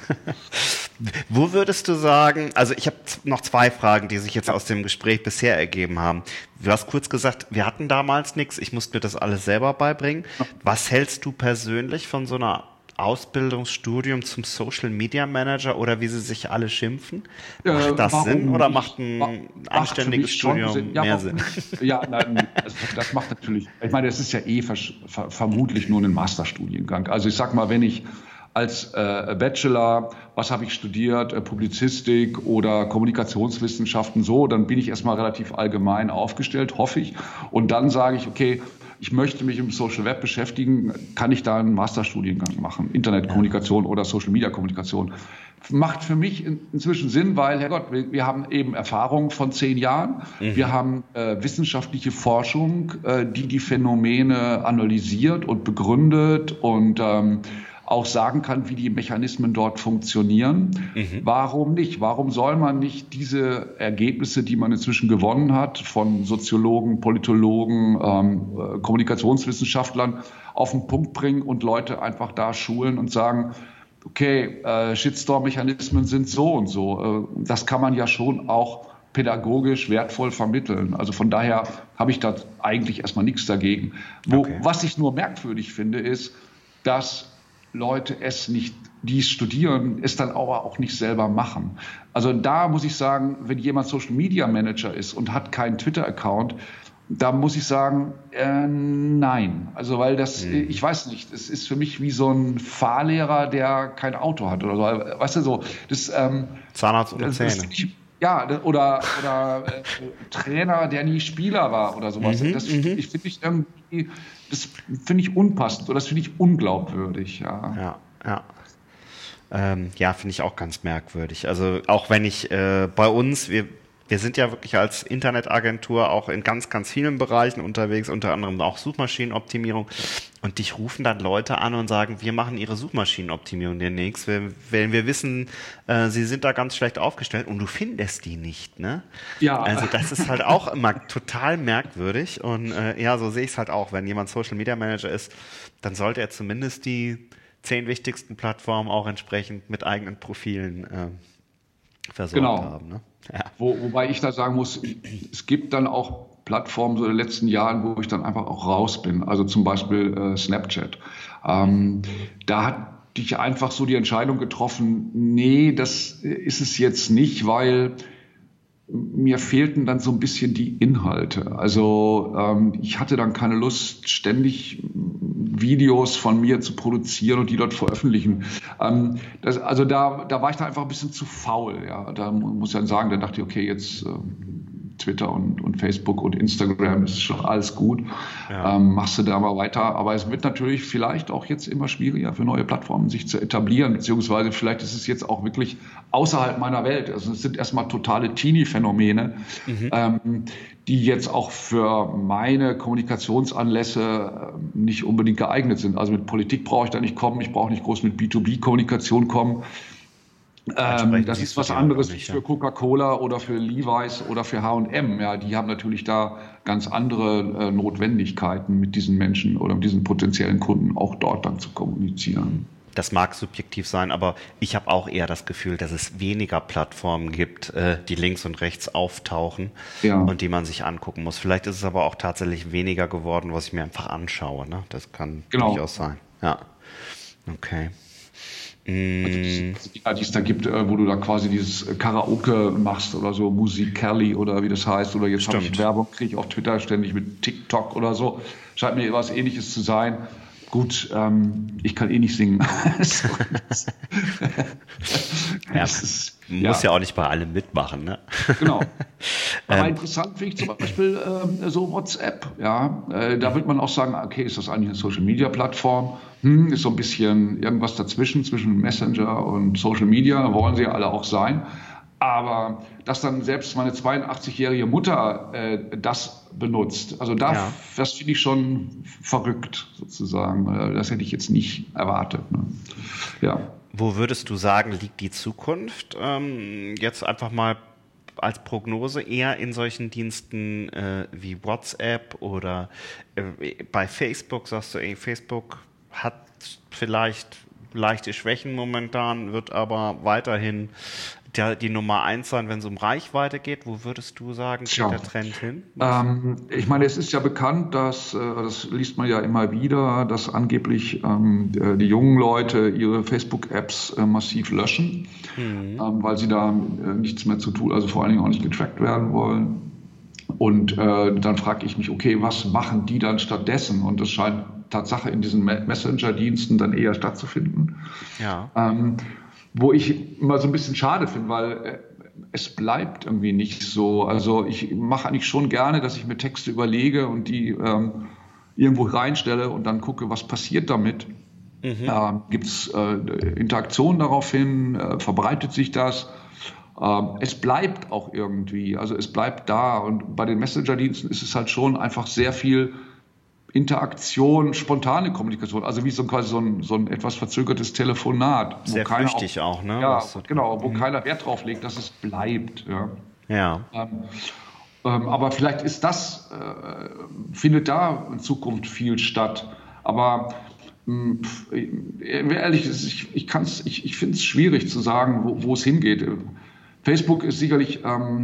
Wo würdest du sagen, also ich habe noch zwei Fragen, die sich jetzt aus dem Gespräch bisher ergeben haben. Du hast kurz gesagt, wir hatten damals nichts, ich musste mir das alles selber beibringen. Was hältst du persönlich von so einer Ausbildungsstudium zum Social Media Manager oder wie sie sich alle schimpfen? Macht das Sinn oder macht ein anständiges Studium mehr Sinn? Ja, nein, das macht natürlich, ich meine, das ist ja vermutlich nur ein Masterstudiengang. Also ich sag mal, wenn ich als Bachelor, was habe ich studiert, Publizistik oder Kommunikationswissenschaften, dann bin ich erstmal relativ allgemein aufgestellt, hoffe ich. Und dann sage ich, okay, ich möchte mich im Social Web beschäftigen, kann ich da einen Masterstudiengang machen, Internetkommunikation oder Social Media Kommunikation. Macht für mich inzwischen Sinn, weil, Herrgott, wir haben eben Erfahrung von 10 Jahren, wir haben wissenschaftliche Forschung, die Phänomene analysiert und begründet und auch sagen kann, wie die Mechanismen dort funktionieren. Warum nicht? Warum soll man nicht diese Ergebnisse, die man inzwischen gewonnen hat, von Soziologen, Politologen, Kommunikationswissenschaftlern auf den Punkt bringen und Leute einfach da schulen und sagen, okay, Shitstorm-Mechanismen sind so und so. Das kann man ja schon auch pädagogisch wertvoll vermitteln. Also von daher habe ich da eigentlich erstmal nichts dagegen. Was ich nur merkwürdig finde, ist, dass Leute die es studieren, es dann auch nicht selber machen. Also da muss ich sagen, wenn jemand Social Media Manager ist und hat keinen Twitter-Account, da muss ich sagen, nein. Also weil ich weiß nicht, es ist für mich wie so ein Fahrlehrer, der kein Auto hat oder so. Weißt du, so. Zahnarzt ohne Zähne. Oder Trainer, der nie Spieler war oder sowas. Das finde ich unpassend oder das finde ich unglaubwürdig. Ja, finde ich auch ganz merkwürdig. Also auch wenn ich bei uns, Wir sind ja wirklich als Internetagentur auch in ganz, ganz vielen Bereichen unterwegs, unter anderem auch Suchmaschinenoptimierung. Und dich rufen dann Leute an und sagen, wir machen ihre Suchmaschinenoptimierung demnächst, wenn wir wissen, sie sind da ganz schlecht aufgestellt und du findest die nicht, ne? Ja. Also das ist halt auch immer total merkwürdig und ja, so sehe ich es halt auch. Wenn jemand Social Media Manager ist, dann sollte er zumindest die 10 wichtigsten Plattformen auch entsprechend mit eigenen Profilen versorgt haben, ne? Ja. Wobei ich da sagen muss, es gibt dann auch Plattformen so in den letzten Jahren, wo ich dann einfach auch raus bin. Also zum Beispiel Snapchat. Da hatte ich einfach so die Entscheidung getroffen, nee, das ist es jetzt nicht, weil mir fehlten dann so ein bisschen die Inhalte. Also ich hatte dann keine Lust, ständig Videos von mir zu produzieren und die dort veröffentlichen. Also da war ich dann einfach ein bisschen zu faul. Ja. Da muss ich dann sagen, da dachte ich, okay, jetzt Twitter und Facebook und Instagram ist schon alles gut. Ja. Machst du da mal weiter. Aber es wird natürlich vielleicht auch jetzt immer schwieriger für neue Plattformen sich zu etablieren, beziehungsweise vielleicht ist es jetzt auch wirklich außerhalb meiner Welt. Also es sind erstmal totale Teenie-Phänomene, die jetzt auch für meine Kommunikationsanlässe nicht unbedingt geeignet sind. Also mit Politik brauche ich da nicht kommen, ich brauche nicht groß mit B2B-Kommunikation kommen. Das ist was anderes nicht, für Coca-Cola oder für Levi's oder für H&M. Ja, die haben natürlich da ganz andere Notwendigkeiten, mit diesen Menschen oder mit diesen potenziellen Kunden auch dort dann zu kommunizieren. Das mag subjektiv sein, aber ich habe auch eher das Gefühl, dass es weniger Plattformen gibt, die links und rechts auftauchen und die man sich angucken muss. Vielleicht ist es aber auch tatsächlich weniger geworden, was ich mir einfach anschaue. Ne? Das kann durchaus sein. Ja, okay. Also die es da gibt, wo du da quasi dieses Karaoke machst oder so, Musik Kelly oder wie das heißt, oder jetzt habe ich Werbung, kriege ich auf Twitter ständig mit TikTok oder so. Scheint mir was Ähnliches zu sein. Gut, ich kann eh nicht singen. Muss ja auch nicht bei allem mitmachen, ne? Genau. Aber interessant finde ich zum Beispiel so WhatsApp. Ja, da wird man auch sagen, okay, ist das eigentlich eine Social-Media-Plattform? Ist so ein bisschen irgendwas dazwischen, zwischen Messenger und Social Media, wollen sie ja alle auch sein. Aber dass dann selbst meine 82-jährige Mutter das benutzt, also das finde ich schon verrückt sozusagen. Das hätte ich jetzt nicht erwartet. Ne? Ja. Wo würdest du sagen, liegt die Zukunft? Jetzt einfach mal als Prognose eher in solchen Diensten wie WhatsApp oder bei Facebook, sagst du, Facebook hat vielleicht leichte Schwächen momentan, wird aber weiterhin die Nummer 1 sein, wenn es um Reichweite geht. Wo würdest du sagen, geht der Trend hin? Ich meine, es ist ja bekannt, dass, das liest man ja immer wieder, dass angeblich die jungen Leute ihre Facebook-Apps massiv löschen, weil sie da nichts mehr zu tun, also vor allen Dingen auch nicht getrackt werden wollen. Und dann frage ich mich, okay, was machen die dann stattdessen? Und das scheint Tatsache in diesen Messenger-Diensten dann eher stattzufinden. Ja. Wo ich immer so ein bisschen schade finde, weil es bleibt irgendwie nicht so. Also ich mache eigentlich schon gerne, dass ich mir Texte überlege und die irgendwo reinstelle und dann gucke, was passiert damit. Gibt es Interaktionen daraufhin? Verbreitet sich das? Es bleibt auch irgendwie, also es bleibt da. Und bei den Messenger-Diensten ist es halt schon einfach sehr viel Interaktion, spontane Kommunikation, also wie quasi so ein etwas verzögertes Telefonat. Sehr flüchtig auch, ne? Ja, genau, wo keiner Wert drauf legt, dass es bleibt. Ja. Aber vielleicht ist findet da in Zukunft viel statt. Aber ehrlich, ich finde es schwierig zu sagen, wo es hingeht. Facebook ist sicherlich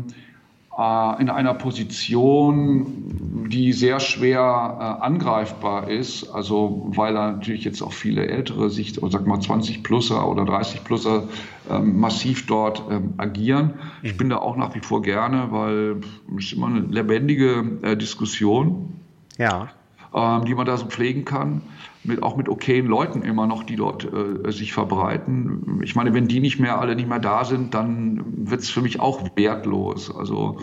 in einer Position, die sehr schwer angreifbar ist, also weil da natürlich jetzt auch viele ältere, sag mal 20-Pluser oder 30-Pluser massiv dort agieren. Ich bin da auch nach wie vor gerne, weil es ist immer eine lebendige Diskussion, die man da so pflegen kann. Auch mit okayen Leuten immer noch, die dort sich verbreiten. Ich meine, wenn die alle nicht mehr da sind, dann wird es für mich auch wertlos. Also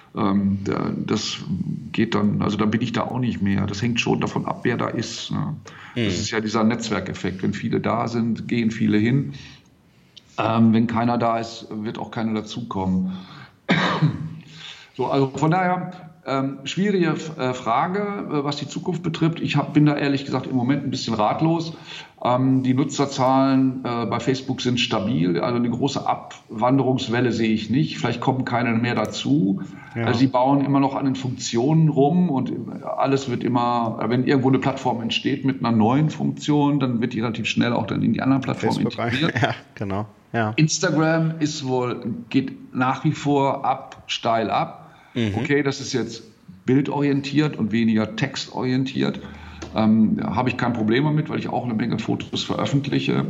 das geht dann, also dann bin ich da auch nicht mehr. Das hängt schon davon ab, wer da ist. Ne? Das ist ja dieser Netzwerkeffekt. Wenn viele da sind, gehen viele hin. Wenn keiner da ist, wird auch keiner dazukommen. So, also von daher, schwierige Frage, was die Zukunft betrifft. Bin da ehrlich gesagt im Moment ein bisschen ratlos. Die Nutzerzahlen bei Facebook sind stabil, also eine große Abwanderungswelle sehe ich nicht. Vielleicht kommen keine mehr dazu. Ja. Sie bauen immer noch an den Funktionen rum und alles wird immer, wenn irgendwo eine Plattform entsteht mit einer neuen Funktion, dann wird die relativ schnell auch dann in die anderen Plattformen integriert. Ja, genau. Ja. Instagram geht nach wie vor steil ab. Okay, das ist jetzt bildorientiert und weniger textorientiert. Habe ich kein Problem damit, weil ich auch eine Menge Fotos veröffentliche.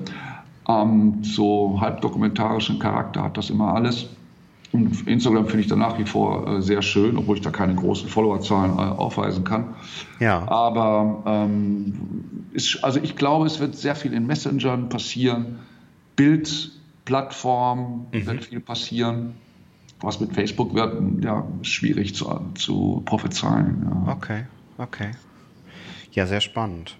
So halbdokumentarischen Charakter hat das immer alles. Und Instagram finde ich da nach wie vor sehr schön, obwohl ich da keine großen Followerzahlen aufweisen kann. Ja. Aber also ich glaube, es wird sehr viel in Messengern passieren. Bildplattformen wird viel passieren. Was mit Facebook wird, ja, schwierig zu prophezeien. Ja. Okay. Ja, sehr spannend.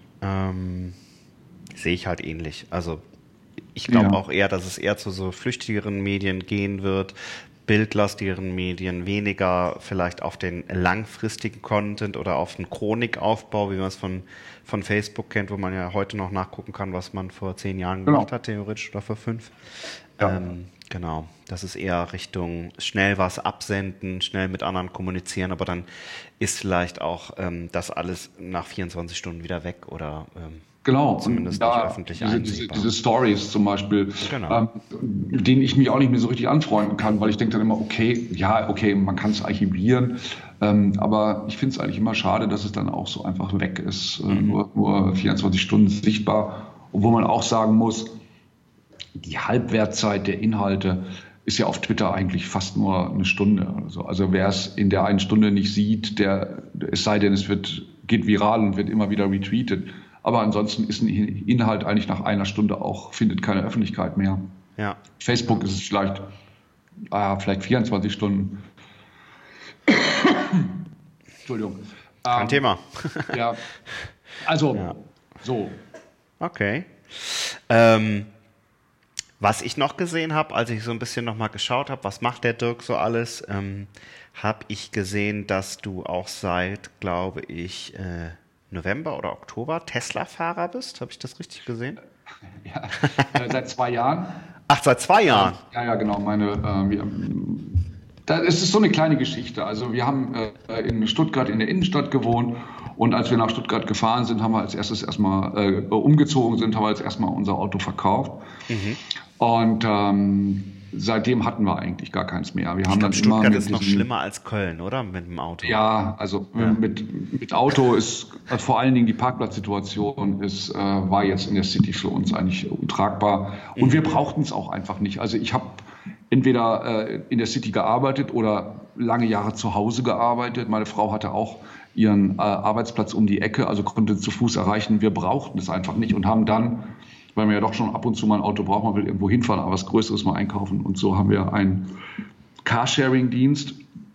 Sehe ich halt ähnlich. Also ich glaube auch eher, dass es eher zu so flüchtigeren Medien gehen wird, bildlastigeren Medien, weniger vielleicht auf den langfristigen Content oder auf den Chronikaufbau, wie man es von Facebook kennt, wo man ja heute noch nachgucken kann, was man vor 10 Jahren gemacht hat, theoretisch, oder vor 5. Ja. Genau, das ist eher Richtung schnell was absenden, schnell mit anderen kommunizieren, aber dann ist vielleicht auch das alles nach 24 Stunden wieder weg oder zumindest nicht öffentlich einsehbar. Diese Stories zum Beispiel, mit denen ich mich auch nicht mehr so richtig anfreunden kann, weil ich denke dann immer, okay, man kann es archivieren, aber ich finde es eigentlich immer schade, dass es dann auch so einfach weg ist, nur 24 Stunden sichtbar, obwohl man auch sagen muss, die Halbwertzeit der Inhalte ist ja auf Twitter eigentlich fast nur eine Stunde oder so. Also wer es in der einen Stunde nicht sieht, es sei denn, geht viral und wird immer wieder retweetet. Aber ansonsten ist ein Inhalt eigentlich nach einer Stunde findet keine Öffentlichkeit mehr. Ja. Facebook ist es vielleicht 24 Stunden. Entschuldigung. Kein Thema. Ja. Also, so. Okay. Was ich noch gesehen habe, als ich so ein bisschen nochmal geschaut habe, was macht der Dirk so alles, habe ich gesehen, dass du auch seit, glaube ich, November oder Oktober Tesla-Fahrer bist. Habe ich das richtig gesehen? Ja, seit 2 Jahren. Ach, seit 2 Jahren? Ja, genau. Es ist so eine kleine Geschichte. Also wir haben in Stuttgart in der Innenstadt gewohnt und als wir nach Stuttgart gefahren sind, haben wir als erstes haben wir als erstmal unser Auto verkauft. Und seitdem hatten wir eigentlich gar keins mehr. Stuttgart ist noch schlimmer als Köln, oder? Mit dem Auto. Ja, also mit Auto ist vor allen Dingen die Parkplatzsituation war jetzt in der City für uns eigentlich untragbar. Und wir brauchten es auch einfach nicht. Also ich habe entweder in der City gearbeitet oder lange Jahre zu Hause gearbeitet. Meine Frau hatte auch ihren Arbeitsplatz um die Ecke, also konnte zu Fuß erreichen. Wir brauchten es einfach nicht und haben dann, weil man ja doch schon ab und zu mal ein Auto braucht, man will irgendwo hinfahren, aber was Größeres mal einkaufen. Und so haben wir einen Carsharing-Dienst.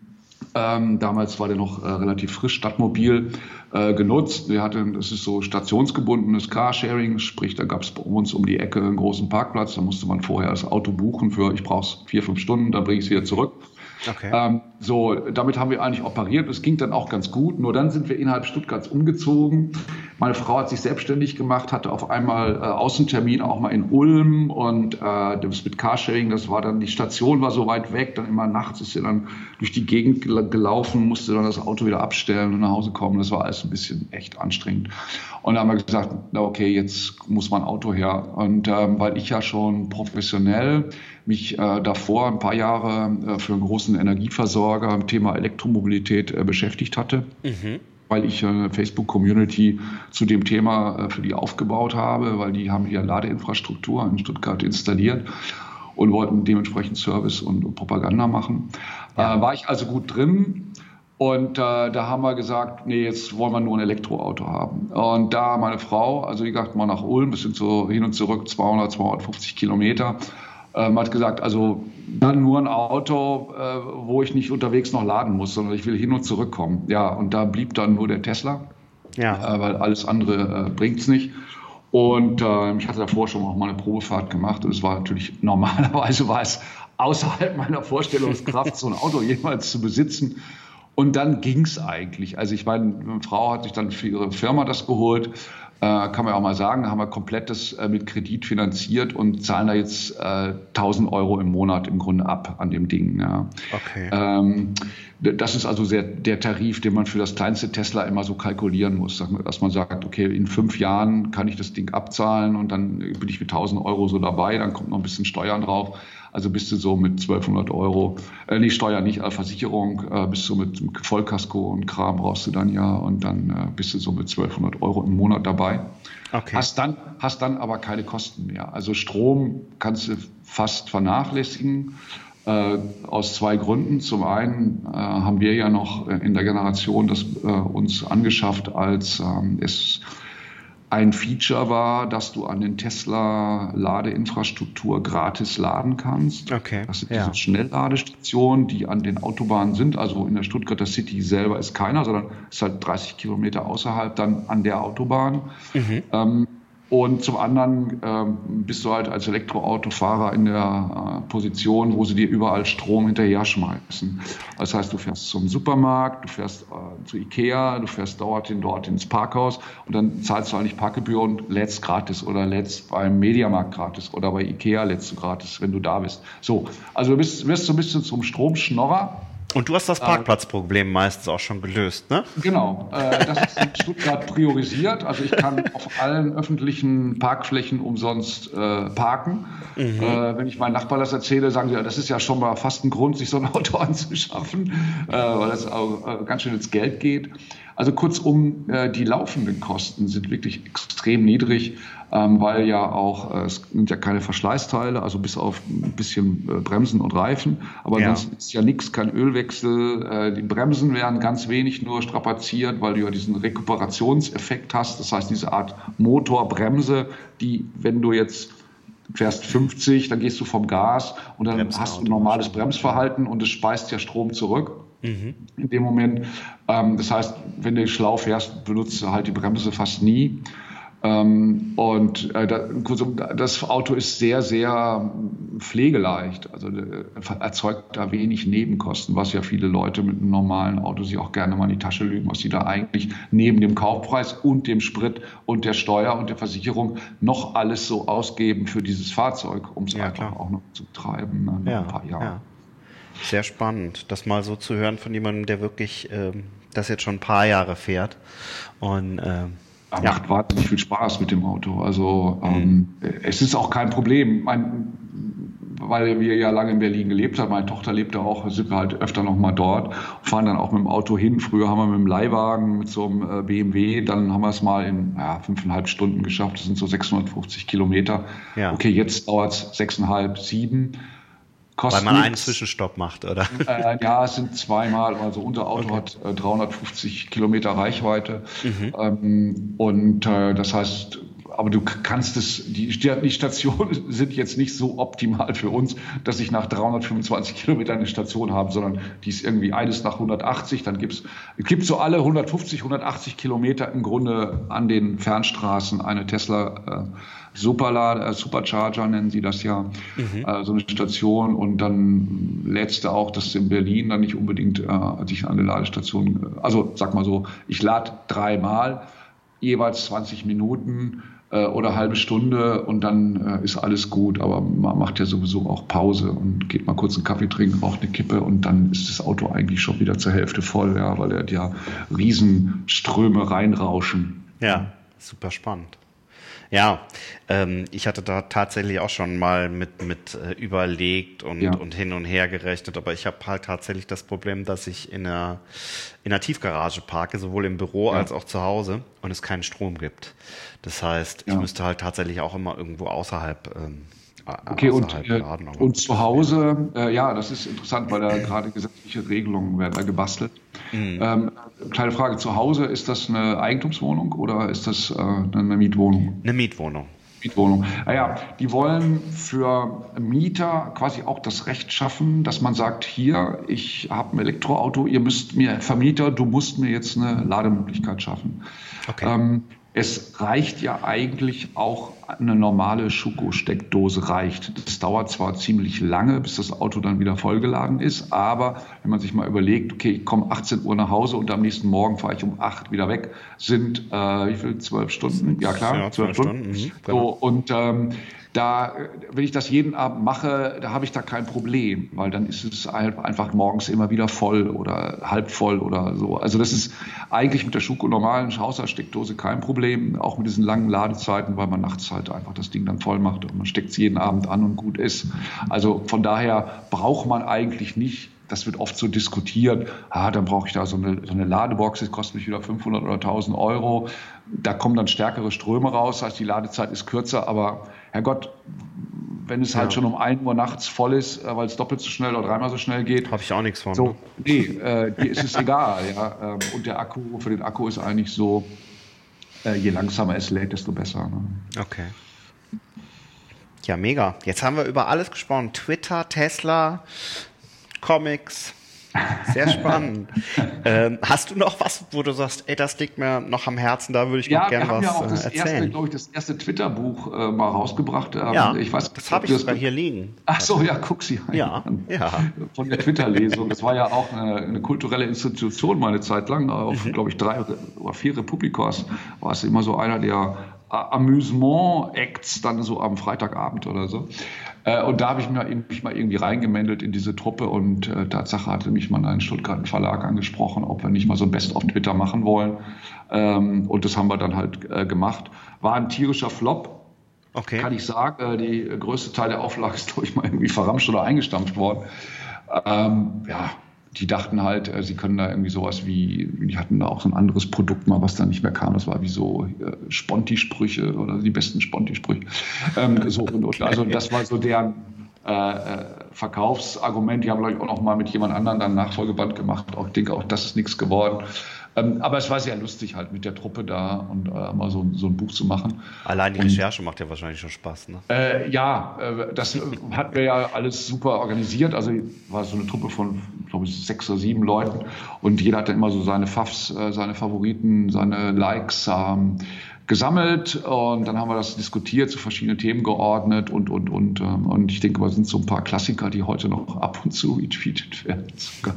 Damals war der noch relativ frisch, Stadtmobil, genutzt. Das ist so stationsgebundenes Carsharing, sprich, da gab es bei uns um die Ecke einen großen Parkplatz. Da musste man vorher das Auto buchen ich brauche es 4-5 Stunden, dann bringe ich es wieder zurück. Okay. Damit haben wir eigentlich operiert. Es ging dann auch ganz gut. Nur dann sind wir innerhalb Stuttgarts umgezogen. Meine Frau hat sich selbstständig gemacht, hatte auf einmal Außentermin auch mal in Ulm und das mit Carsharing, die Station war so weit weg, dann immer nachts ist sie dann durch die Gegend gelaufen, musste dann das Auto wieder abstellen und nach Hause kommen. Das war alles ein bisschen echt anstrengend. Und dann haben wir gesagt, okay, jetzt muss mein Auto her. Und weil ich ja schon professionell mich davor ein paar Jahre für einen großen Energieversorger im Thema Elektromobilität beschäftigt hatte, weil ich eine Facebook-Community zu dem Thema für die aufgebaut habe, weil die haben hier Ladeinfrastruktur in Stuttgart installiert und wollten dementsprechend Service und Propaganda machen. War ich also gut drin. Und da haben wir gesagt, nee, jetzt wollen wir nur ein Elektroauto haben. Und da meine Frau, also die gesagt, mal nach Ulm, das sind so hin und zurück 250 Kilometer, hat gesagt, also dann nur ein Auto, wo ich nicht unterwegs noch laden muss, sondern ich will hin und zurückkommen. Ja, und da blieb dann nur der Tesla, weil alles andere bringt's nicht. Und ich hatte davor schon auch mal eine Probefahrt gemacht und es war natürlich, normalerweise war es außerhalb meiner Vorstellungskraft, so ein Auto jemals zu besitzen. Und dann ging es eigentlich. Also ich meine, meine Frau hat sich dann für ihre Firma das geholt. Kann man auch mal sagen, da haben wir komplett das mit Kredit finanziert und zahlen da jetzt 1.000 € im Monat im Grunde ab an dem Ding. Ja. Okay. Das ist also der Tarif, den man für das kleinste Tesla immer so kalkulieren muss, dass man sagt, okay, in 5 Jahren kann ich das Ding abzahlen und dann bin ich mit 1.000 € so dabei, dann kommt noch ein bisschen Steuern drauf. Also bist du so mit 1.200 €, Steuer nicht, Versicherung, bist du mit Vollkasko und Kram brauchst du dann ja und dann bist du so mit 1.200 € im Monat dabei. Okay. Hast dann aber keine Kosten mehr. Also Strom kannst du fast vernachlässigen. Aus 2 Gründen. Zum einen haben wir ja noch in der Generation das uns angeschafft, als es ein Feature war, dass du an den Tesla-Ladeinfrastruktur gratis laden kannst. Okay. Das sind diese Schnellladestationen, die an den Autobahnen sind. Also in der Stuttgarter City selber ist keiner, sondern es ist halt 30 Kilometer außerhalb dann an der Autobahn. Mhm. Und zum anderen bist du halt als Elektroautofahrer in der Position, wo sie dir überall Strom hinterher schmeißen. Das heißt, du fährst zum Supermarkt, du fährst zu Ikea, du fährst dort ins Parkhaus und dann zahlst du eigentlich Parkgebühr und lädst gratis oder lädst beim Mediamarkt gratis oder bei Ikea lädst du gratis, wenn du da bist. So, also du wirst so ein bisschen zum Stromschnorrer. Und du hast das Parkplatzproblem meistens auch schon gelöst, ne? Genau, das ist in Stuttgart priorisiert. Also ich kann auf allen öffentlichen Parkflächen umsonst parken. Mhm. Wenn ich meinen Nachbarn das erzähle, sagen sie, das ist ja schon mal fast ein Grund, sich so ein Auto anzuschaffen, weil das auch ganz schön ins Geld geht. Also kurzum, die laufenden Kosten sind wirklich extrem niedrig, weil ja auch, es sind ja keine Verschleißteile, also bis auf ein bisschen Bremsen und Reifen, aber ansonsten ist ja nichts, kein Ölwechsel. Die Bremsen werden ganz wenig nur strapaziert, weil du ja diesen Rekuperationseffekt hast, das heißt diese Art Motorbremse, die, wenn du jetzt fährst 50, dann gehst du vom Gas und dann hast du ein normales Bremsverhalten und es speist ja Strom zurück. In dem Moment. Das heißt, wenn du schlau fährst, benutzt du halt die Bremse fast nie. Das Auto ist sehr, sehr pflegeleicht. Also erzeugt da wenig Nebenkosten, was ja viele Leute mit einem normalen Auto sich auch gerne mal in die Tasche lügen, was sie da eigentlich neben dem Kaufpreis und dem Sprit und der Steuer und der Versicherung noch alles so ausgeben für dieses Fahrzeug, um es einfach auch noch zu treiben, ein paar Jahre. Ja. Sehr spannend, das mal so zu hören von jemandem, der wirklich das jetzt schon ein paar Jahre fährt. Und macht wahnsinnig viel Spaß mit dem Auto. Also es ist auch kein Problem, weil wir ja lange in Berlin gelebt haben. Meine Tochter lebt da auch, sind wir halt öfter noch mal dort, fahren dann auch mit dem Auto hin. Früher haben wir mit dem Leihwagen, mit so einem BMW, dann haben wir es mal in 5,5 Stunden geschafft. Das sind so 650 Kilometer. Ja. Okay, jetzt dauert es 6,5, 7. Weil man einen Zwischenstopp macht, oder? Es sind zweimal. Also unser Auto hat 350 Kilometer Reichweite. Das heißt, aber du kannst die Stationen sind jetzt nicht so optimal für uns, dass ich nach 325 Kilometern eine Station habe, sondern die ist irgendwie eines nach 180. Dann gibt so alle 150, 180 Kilometer im Grunde an den Fernstraßen eine Tesla Supercharger nennen sie das ja, so eine Station und dann lädst du auch, das ist in Berlin dann nicht unbedingt sich eine Ladestation, also sag mal so, ich lade 3-mal, jeweils 20 Minuten oder halbe Stunde und dann ist alles gut, aber man macht ja sowieso auch Pause und geht mal kurz einen Kaffee trinken, raucht eine Kippe und dann ist das Auto eigentlich schon wieder zur Hälfte voll, ja, weil er ja Riesenströme reinrauschen. Ja, super spannend. Ja, ich hatte da tatsächlich auch schon mal mit überlegt und hin und her gerechnet, aber ich habe halt tatsächlich das Problem, dass ich in einer Tiefgarage parke, sowohl im Büro als auch zu Hause und es keinen Strom gibt. Das heißt, ich müsste halt tatsächlich auch immer irgendwo außerhalb laden. Und zu Hause, das ist interessant, weil da gerade gesetzliche Regelungen werden da gebastelt. Kleine Frage, zu Hause, ist das eine Eigentumswohnung oder ist das eine Mietwohnung? Eine Mietwohnung. Die wollen für Mieter quasi auch das Recht schaffen, dass man sagt, hier, ich habe ein Elektroauto, du musst mir jetzt eine Lademöglichkeit schaffen. Okay. Es reicht ja eigentlich auch, eine normale Schuko-Steckdose reicht. Das dauert zwar ziemlich lange, bis das Auto dann wieder vollgeladen ist, aber wenn man sich mal überlegt, okay, ich komme 18 Uhr nach Hause und am nächsten Morgen fahre ich um 8 wieder weg, sind wie viel? 12 Stunden? Ja klar, Ja, 12 Stunden. Genau. So, und wenn ich das jeden Abend mache, da habe ich da kein Problem, weil dann ist es einfach morgens immer wieder voll oder halb voll oder so. Also das ist eigentlich mit der Schuko normalen Haushaltssteckdose kein Problem, auch mit diesen langen Ladezeiten, weil man nachts halt einfach das Ding dann voll macht und man steckt es jeden Abend an und gut ist. Also von daher braucht man eigentlich nicht. Das wird oft so diskutiert, dann brauche ich da so eine Ladebox, das kostet mich wieder 500 oder 1000 Euro. Da kommen dann stärkere Ströme raus, das heißt, die Ladezeit ist kürzer, aber Herrgott, wenn es halt schon um 1 Uhr nachts voll ist, weil es doppelt so schnell oder dreimal so schnell geht. Habe ich auch nichts von. So, nee, dir ist es egal. Ja? Und der Akku, für den Akku ist eigentlich so, je langsamer es lädt, desto besser. Ne? Okay. Ja, mega. Jetzt haben wir über alles gesprochen. Twitter, Tesla, Comics. Sehr spannend. Hast du noch was, wo du sagst, ey, das liegt mir noch am Herzen, da würde ich noch gerne was erzählen? Ja, das erste Twitter-Buch mal rausgebracht. Ja, ich weiß, das habe ich sogar hier liegen. Ach so, ja, guck sie an. Ja. Von der Twitter-Lesung. Das war ja auch eine kulturelle Institution mal eine Zeit lang. Auf, glaube ich, 3 oder 4 Republikas war es immer so einer der Amüsement-Acts dann so am Freitagabend oder so. Und da habe ich mich mal irgendwie reingemeldet in diese Truppe und Tatsache hatte mich mal ein Stuttgarter Verlag angesprochen, ob wir nicht mal so ein Best-of-Twitter machen wollen. Und das haben wir dann halt gemacht. War ein tierischer Flop, kann ich sagen. Der größte Teil der Auflage ist, glaube ich, mal irgendwie verramscht oder eingestampft worden. Die dachten halt, sie können da irgendwie sowas wie, die hatten da auch so ein anderes Produkt mal, was dann nicht mehr kam. Das war wie so Sponti-Sprüche oder die besten Sponti-Sprüche. Also das war so deren Verkaufsargument. Die haben, glaube ich, auch noch mal mit jemand anderem dann Nachfolgeband gemacht. Ich denke, auch das ist nichts geworden. Aber es war sehr lustig halt mit der Truppe da und mal so ein Buch zu machen. Allein die Recherche macht ja wahrscheinlich schon Spaß, ne? Das hatten wir ja alles super organisiert. Also war so eine Truppe von, glaube ich, 6 oder 7 Leuten und jeder hatte immer so seine Favs, seine Favoriten, seine Likes gesammelt und dann haben wir das diskutiert, zu verschiedenen Themen geordnet und ich denke, es sind so ein paar Klassiker, die heute noch ab und zu retweetet werden sogar.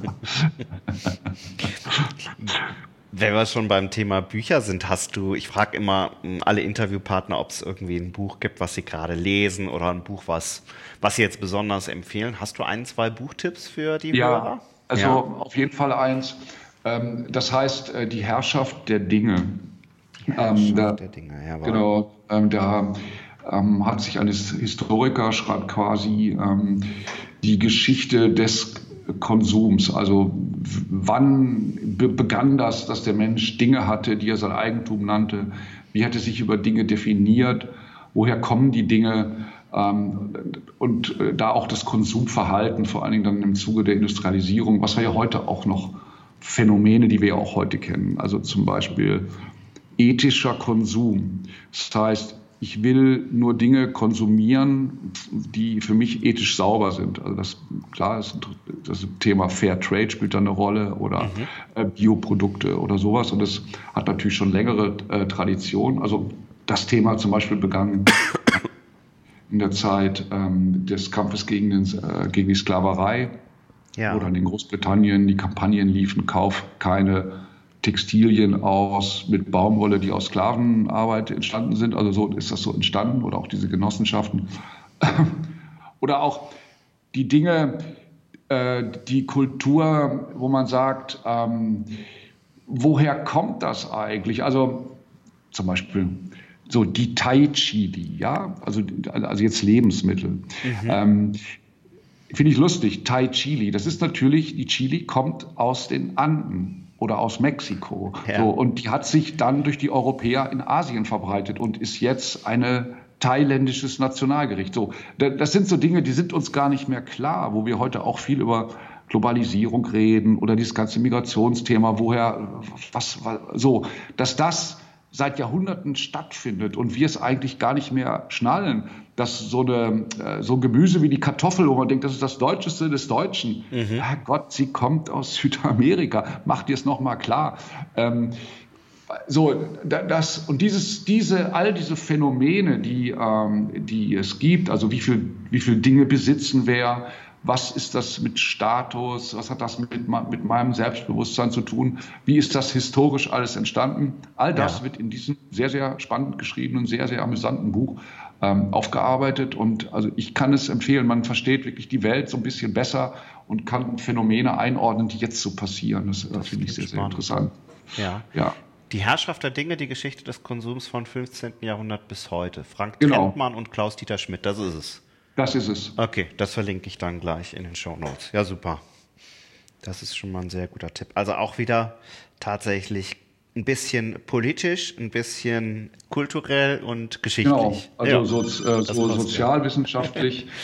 Wenn wir schon beim Thema Bücher sind, ich frage immer alle Interviewpartner, ob es irgendwie ein Buch gibt, was sie gerade lesen oder ein Buch, was sie jetzt besonders empfehlen. Hast du 1, 2 Buchtipps für die Hörer? Also auf jeden Fall eins. Das heißt, die Herrschaft der Dinge. Der Dinge, ja. Genau, da hat sich ein Historiker, schreibt quasi die Geschichte des Konsums. Also wann begann das, dass der Mensch Dinge hatte, die er sein Eigentum nannte? Wie hat er sich über Dinge definiert? Woher kommen die Dinge? Und da auch das Konsumverhalten, vor allen Dingen dann im Zuge der Industrialisierung, was wir ja heute auch noch Phänomene, die wir ja auch heute kennen. Also zum Beispiel ethischer Konsum. Das heißt, ich will nur Dinge konsumieren, die für mich ethisch sauber sind. Also das Thema Fair Trade spielt da eine Rolle oder Bioprodukte oder sowas. Und das hat natürlich schon längere Tradition. Also das Thema zum Beispiel begann in der Zeit des Kampfes gegen die Sklaverei, wo dann in Großbritannien die Kampagnen liefen, kauf keine Textilien mit Baumwolle, die aus Sklavenarbeit entstanden sind. Also so ist das so entstanden oder auch diese Genossenschaften. Oder auch die Dinge, die Kultur, wo man sagt, woher kommt das eigentlich? Also zum Beispiel so die Thai-Chili, ja, also jetzt Lebensmittel. Finde ich lustig, Thai-Chili, das ist natürlich, die Chili kommt aus den Anden oder aus Mexiko. Ja. So, und die hat sich dann durch die Europäer in Asien verbreitet und ist jetzt ein thailändisches Nationalgericht. So, das sind so Dinge, die sind uns gar nicht mehr klar, wo wir heute auch viel über Globalisierung reden oder dieses ganze Migrationsthema, dass das seit Jahrhunderten stattfindet und wir es eigentlich gar nicht mehr schnallen, dass so ein Gemüse wie die Kartoffel, wo man denkt, das ist das Deutscheste des Deutschen. Herrgott, sie kommt aus Südamerika. Mach dir es noch mal klar. all diese Phänomene, die es gibt, also wie viel Dinge besitzen wer, was ist das mit Status, was hat das mit meinem Selbstbewusstsein zu tun, wie ist das historisch alles entstanden, all das wird in diesem sehr, sehr spannend geschriebenen, sehr, sehr amüsanten Buch aufgearbeitet, und also ich kann es empfehlen, man versteht wirklich die Welt so ein bisschen besser und kann Phänomene einordnen, die jetzt so passieren. Das finde ich sehr, sehr interessant. Ja. Die Herrschaft der Dinge, die Geschichte des Konsums von 15. Jahrhundert bis heute. Frank Trentmann und Klaus-Dieter Schmidt, das ist es. Das ist es. Okay, das verlinke ich dann gleich in den Shownotes. Ja, super. Das ist schon mal ein sehr guter Tipp. Also auch wieder tatsächlich ein bisschen politisch, ein bisschen kulturell und geschichtlich. Genau, also sozialwissenschaftlich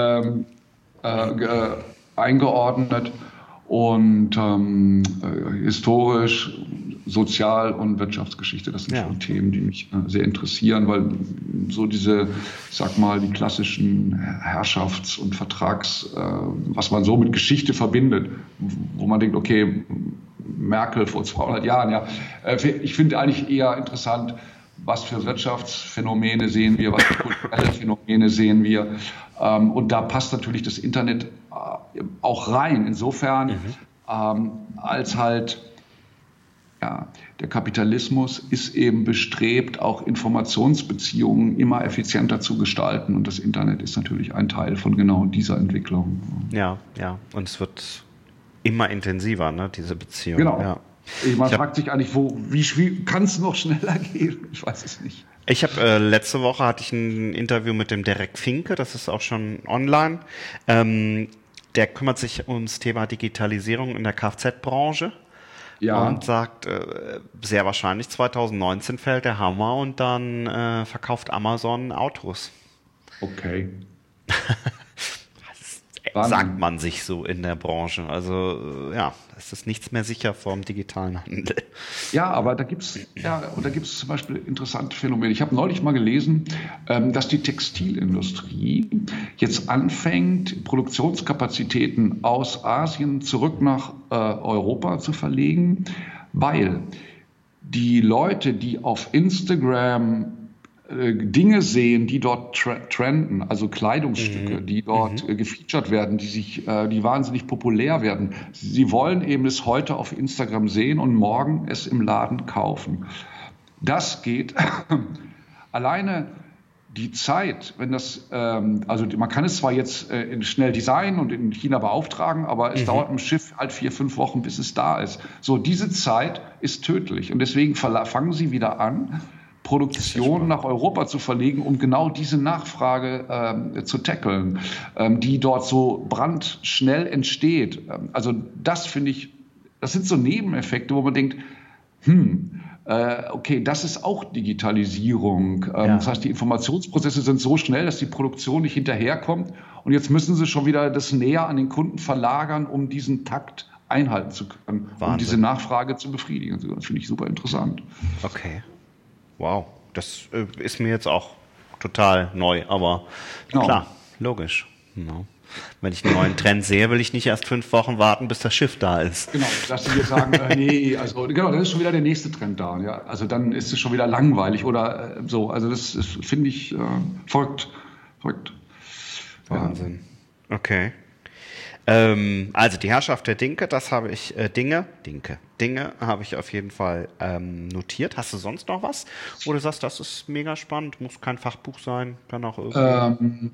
eingeordnet und historisch, Sozial- und Wirtschaftsgeschichte. Das sind schon Themen, die mich sehr interessieren, weil so ich sag mal, die klassischen Herrschafts- und was man so mit Geschichte verbindet, wo man denkt, okay, Merkel vor 200 Jahren, ich finde eigentlich eher interessant, was für Wirtschaftsphänomene sehen wir, was für kulturelle Phänomene sehen wir. Und da passt natürlich das Internet auch rein. Insofern, als halt der Kapitalismus ist eben bestrebt, auch Informationsbeziehungen immer effizienter zu gestalten. Und das Internet ist natürlich ein Teil von genau dieser Entwicklung. Ja. Und es wird immer intensiver, ne, diese Beziehung. Genau. Ja. Man fragt sich eigentlich, wie kann es noch schneller gehen? Ich weiß es nicht. Ich habe letzte Woche hatte ich ein Interview mit dem Derek Finke, das ist auch schon online. Der kümmert sich ums Thema Digitalisierung in der Kfz-Branche. Ja. Und sagt, sehr wahrscheinlich 2019 fällt der Hammer und dann verkauft Amazon Autos. Okay. Sagt man sich so in der Branche. Also es ist nichts mehr sicher vom digitalen Handel. Ja, aber da gibt's zum Beispiel interessante Phänomene. Ich habe neulich mal gelesen, dass die Textilindustrie jetzt anfängt, Produktionskapazitäten aus Asien zurück nach Europa zu verlegen, weil die Leute, die auf Instagram Dinge sehen, die dort trenden, also Kleidungsstücke, die dort gefeatured werden, die wahnsinnig populär werden. Sie wollen eben es heute auf Instagram sehen und morgen es im Laden kaufen. Das geht alleine die Zeit, wenn das, also man kann es zwar jetzt schnell designen und in China beauftragen, aber es dauert im Schiff halt 4-5 Wochen, bis es da ist. So, diese Zeit ist tödlich und deswegen fangen sie wieder an, Produktion nach Europa zu verlegen, um genau diese Nachfrage zu tackeln, die dort so brandschnell entsteht. Also das finde ich, das sind so Nebeneffekte, wo man denkt, okay, das ist auch Digitalisierung. Das heißt, die Informationsprozesse sind so schnell, dass die Produktion nicht hinterherkommt und jetzt müssen sie schon wieder das näher an den Kunden verlagern, um diesen Takt einhalten zu können, um diese Nachfrage zu befriedigen. Also das finde ich super interessant. Okay. Wow, das ist mir jetzt auch total neu, aber klar, logisch. No. Wenn ich einen neuen Trend sehe, will ich nicht erst 5 Wochen warten, bis das Schiff da ist. Genau, dass sie jetzt sagen, nee, also genau, dann ist schon wieder der nächste Trend da. Ja? Also dann ist es schon wieder langweilig oder so. Also das finde ich verrückt. Wahnsinn. Okay. Also die Herrschaft der Dinge, das habe ich, Dinge habe ich auf jeden Fall notiert. Hast du sonst noch was? Wo du sagst, das ist mega spannend, muss kein Fachbuch sein, kann auch irgendwie.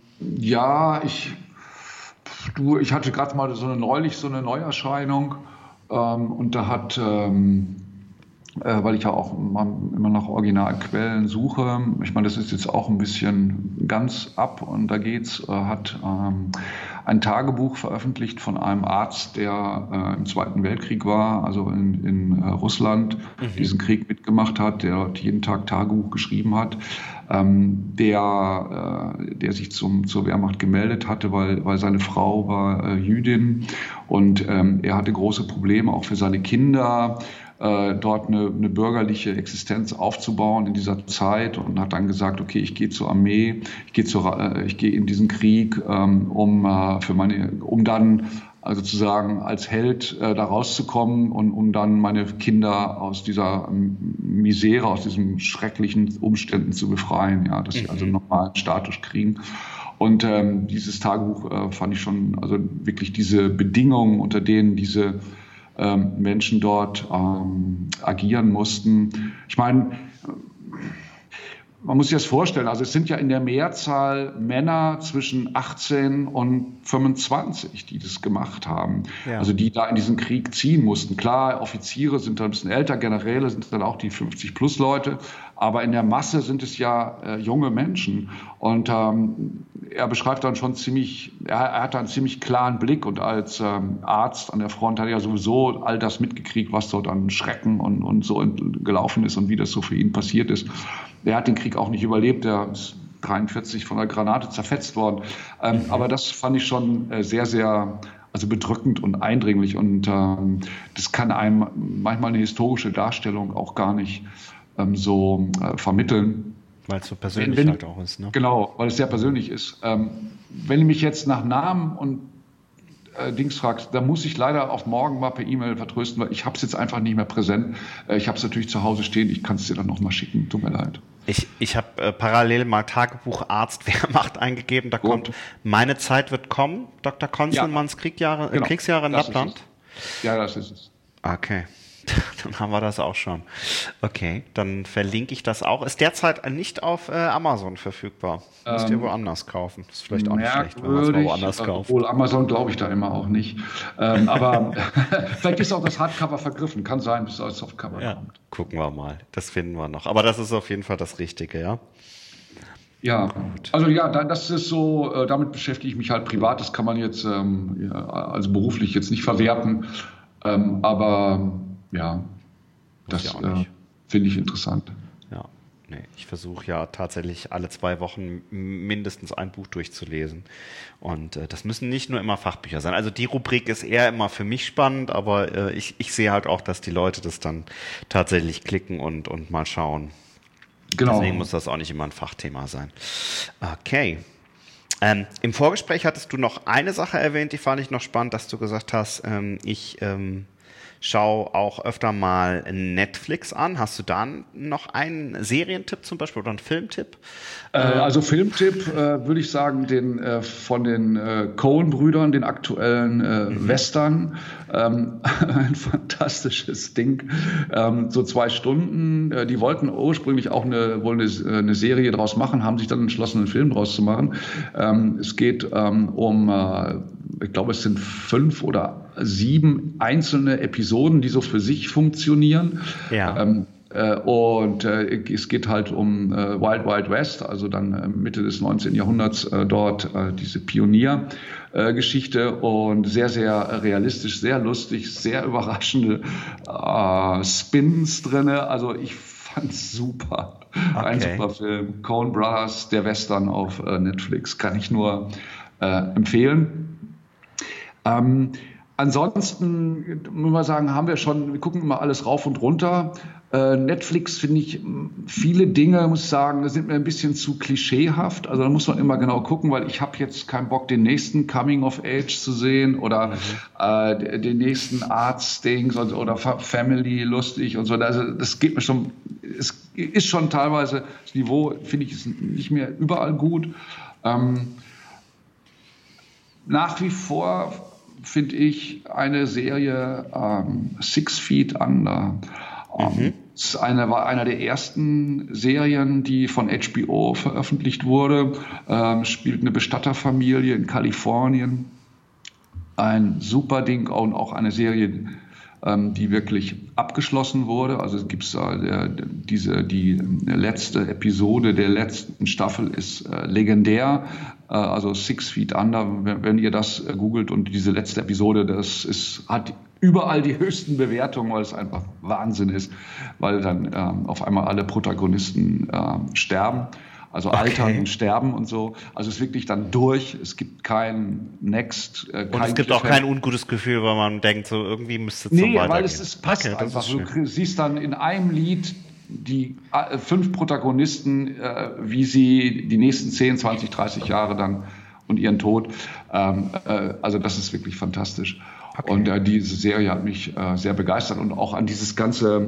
Ich hatte gerade mal neulich so eine Neuerscheinung und da hat, weil ich ja auch immer nach Originalquellen suche, ich meine, das ist jetzt auch ein bisschen ganz ab und da hat ein Tagebuch veröffentlicht von einem Arzt, der im Zweiten Weltkrieg war, also in Russland, diesen Krieg mitgemacht hat, der dort jeden Tag Tagebuch geschrieben hat, der sich zur Wehrmacht gemeldet hatte, weil seine Frau war Jüdin und er hatte große Probleme auch für seine Kinder, dort eine bürgerliche Existenz aufzubauen in dieser Zeit und hat dann gesagt, okay, ich gehe zur Armee, ich gehe in diesen Krieg, um dann also sozusagen als Held da rauszukommen und um dann meine Kinder aus dieser Misere, aus diesen schrecklichen Umständen zu befreien, ja, dass sie also nochmal einen Status kriegen. Und dieses Tagebuch fand ich schon, also wirklich diese Bedingungen, unter denen diese Menschen dort agieren mussten. Ich meine, man muss sich das vorstellen, also es sind ja in der Mehrzahl Männer zwischen 18 und 25, die das gemacht haben. Ja. Also die da in diesen Krieg ziehen mussten. Klar, Offiziere sind da ein bisschen älter, Generäle sind dann auch die 50-plus-Leute. Aber in der Masse sind es ja junge Menschen. Und er beschreibt dann schon ziemlich, er hat einen ziemlich klaren Blick. Und als Arzt an der Front hat er ja sowieso all das mitgekriegt, was dort an Schrecken und so gelaufen ist und wie das so für ihn passiert ist. Er hat den Krieg auch nicht überlebt. Er ist 1943 von einer Granate zerfetzt worden. Aber das fand ich schon sehr, sehr bedrückend und eindringlich. Und das kann einem manchmal eine historische Darstellung auch gar nicht vermitteln. Weil es so persönlich halt auch ist, ne? Genau, weil es sehr persönlich ist. Wenn du mich jetzt nach Namen und Dings fragst, da muss ich leider auf morgen mal per E-Mail vertrösten, weil ich habe es jetzt einfach nicht mehr präsent. Ich habe es natürlich zu Hause stehen, ich kann es dir dann noch mal schicken, tut mir leid. Ich habe parallel mal Tagebuch Arzt Wehrmacht eingegeben, da kommt Meine Zeit wird kommen, Dr. Konzelmanns Kriegsjahre in Lappland. Ja, das ist es. Okay. Dann haben wir das auch schon. Okay, dann verlinke ich das auch. Ist derzeit nicht auf Amazon verfügbar. Müsst ihr woanders kaufen. Das ist vielleicht auch nicht schlecht, wenn man es mal woanders kauft. Obwohl Amazon glaube ich da immer auch nicht. Aber vielleicht ist auch das Hardcover vergriffen. Kann sein, bis es als Softcover kommt. Gucken wir mal. Das finden wir noch. Aber das ist auf jeden Fall das Richtige, ja? Ja, also das ist so, damit beschäftige ich mich halt privat. Das kann man jetzt also beruflich jetzt nicht verwerten. Aber ja, das finde ich interessant. Ja, nee, ich versuche ja tatsächlich alle 2 Wochen mindestens ein Buch durchzulesen. Und das müssen nicht nur immer Fachbücher sein. Also die Rubrik ist eher immer für mich spannend, aber ich sehe halt auch, dass die Leute das dann tatsächlich klicken und mal schauen. Genau. Deswegen muss das auch nicht immer ein Fachthema sein. Okay. Im Vorgespräch hattest du noch eine Sache erwähnt, die fand ich noch spannend, dass du gesagt hast, ich schau auch öfter mal Netflix an. Hast du da noch einen Serientipp zum Beispiel oder einen Filmtipp? Also Filmtipp würde ich sagen, von den Coen-Brüdern, den aktuellen Western. Ein fantastisches Ding. So 2 Stunden. Die wollten ursprünglich auch eine Serie draus machen, haben sich dann entschlossen, einen Film draus zu machen. Es geht ich glaube, es sind 5 oder 7 einzelne Episoden, die so für sich funktionieren. Ja. Und es geht halt um Wild Wild West, also dann Mitte des 19. Jahrhunderts dort diese Pioniergeschichte und sehr, sehr realistisch, sehr lustig, sehr überraschende Spins drinne. Also ich fand's super. Okay. Ein super Film. Coen Brothers, der Western auf Netflix, kann ich nur empfehlen. Ansonsten muss man sagen, wir gucken immer alles rauf und runter. Netflix finde ich viele Dinge, muss ich sagen, sind mir ein bisschen zu klischeehaft. Also da muss man immer genau gucken, weil ich habe jetzt keinen Bock, den nächsten Coming of Age zu sehen oder den nächsten Arts-Dings oder Family lustig und so. Also das geht mir schon, es ist schon teilweise, das Niveau finde ich ist nicht mehr überall gut. Nach wie vor finde ich eine Serie 6 Feet Under. Das war einer der ersten Serien, die von HBO veröffentlicht wurde. Spielt eine Bestatterfamilie in Kalifornien. Ein super Ding und auch eine Serie, die wirklich abgeschlossen wurde. Also es gibt die letzte Episode der letzten Staffel ist legendär. Also 6 Feet Under, wenn ihr das googelt und diese letzte Episode, hat überall die höchsten Bewertungen, weil es einfach Wahnsinn ist, weil dann auf einmal alle Protagonisten sterben. Also altern und sterben und so. Also es ist wirklich dann durch. Es gibt kein Next. Und es gibt auch kein ungutes Gefühl, weil man denkt, so irgendwie müsste es so weitergehen. Weil es passt einfach. Du siehst dann in einem Lied die 5 Protagonisten, wie sie die nächsten 10, 20, 30 Jahre dann und ihren Tod. Also das ist wirklich fantastisch. Okay. Und diese Serie hat mich sehr begeistert und auch an dieses ganze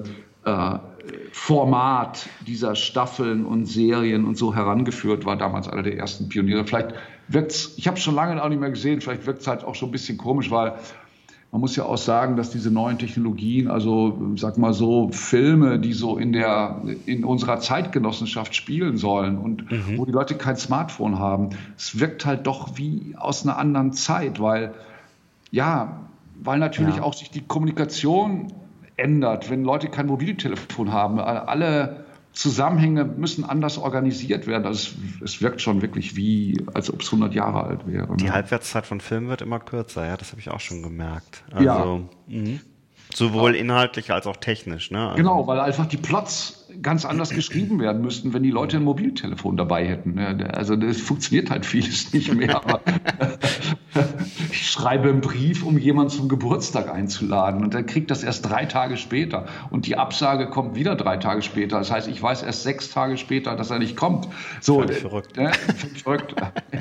Format dieser Staffeln und Serien und so herangeführt, war damals einer der ersten Pioniere. Vielleicht wirkt's, ich habe es schon lange auch nicht mehr gesehen, vielleicht wirkt es halt auch schon ein bisschen komisch, weil man muss ja auch sagen, dass diese neuen Technologien, also sag mal so Filme, die so in unserer Zeitgenossenschaft spielen sollen und wo die Leute kein Smartphone haben, es wirkt halt doch wie aus einer anderen Zeit, weil natürlich auch sich die Kommunikation ändert, wenn Leute kein Mobiltelefon haben. Alle Zusammenhänge müssen anders organisiert werden. Also es wirkt schon wirklich als ob es 100 Jahre alt wäre. Die Halbwertszeit von Filmen wird immer kürzer, ja, das habe ich auch schon gemerkt. Also, sowohl inhaltlich als auch technisch. Ne? Also, genau, weil einfach die Plots ganz anders geschrieben werden müssten, wenn die Leute ein Mobiltelefon dabei hätten. Also das funktioniert halt vieles nicht mehr. Aber ich schreibe einen Brief, um jemanden zum Geburtstag einzuladen und der kriegt das erst 3 Tage später und die Absage kommt wieder 3 Tage später. Das heißt, ich weiß erst 6 Tage später, dass er nicht kommt. So, völlig verrückt. Völlig verrückt.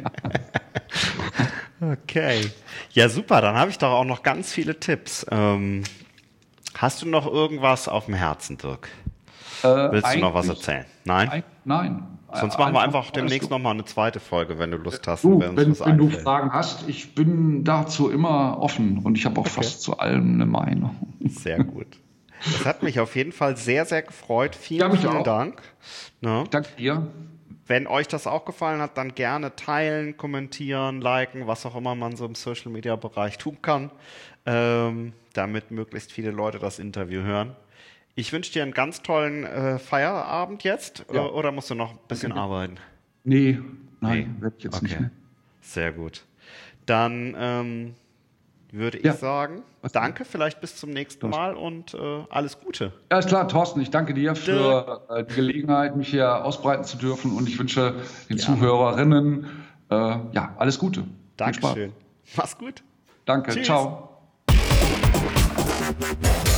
Okay. Ja, super. Dann habe ich doch auch noch ganz viele Tipps. Hast du noch irgendwas auf dem Herzen, Dirk? Willst du noch was erzählen? Nein? Nein. Sonst machen wir einfach demnächst nochmal eine zweite Folge, wenn du Lust hast. Wenn du Fragen hast, ich bin dazu immer offen und ich habe auch fast zu allem eine Meinung. Sehr gut. Das hat mich auf jeden Fall sehr, sehr gefreut. Vielen Dank. Ne? Danke dir. Wenn euch das auch gefallen hat, dann gerne teilen, kommentieren, liken, was auch immer man so im Social-Media-Bereich tun kann, damit möglichst viele Leute das Interview hören. Ich wünsche dir einen ganz tollen Feierabend jetzt, oder musst du noch ein bisschen arbeiten? Nee, werde ich jetzt nicht mehr. Sehr gut. Dann würde ich sagen, danke, vielleicht bis zum nächsten Mal und alles Gute. Ja, ist klar, Thorsten, ich danke dir für die Gelegenheit, mich hier ausbreiten zu dürfen und ich wünsche den Zuhörerinnen alles Gute. Dankeschön. Mach's gut. Danke, Tschüss. Ciao.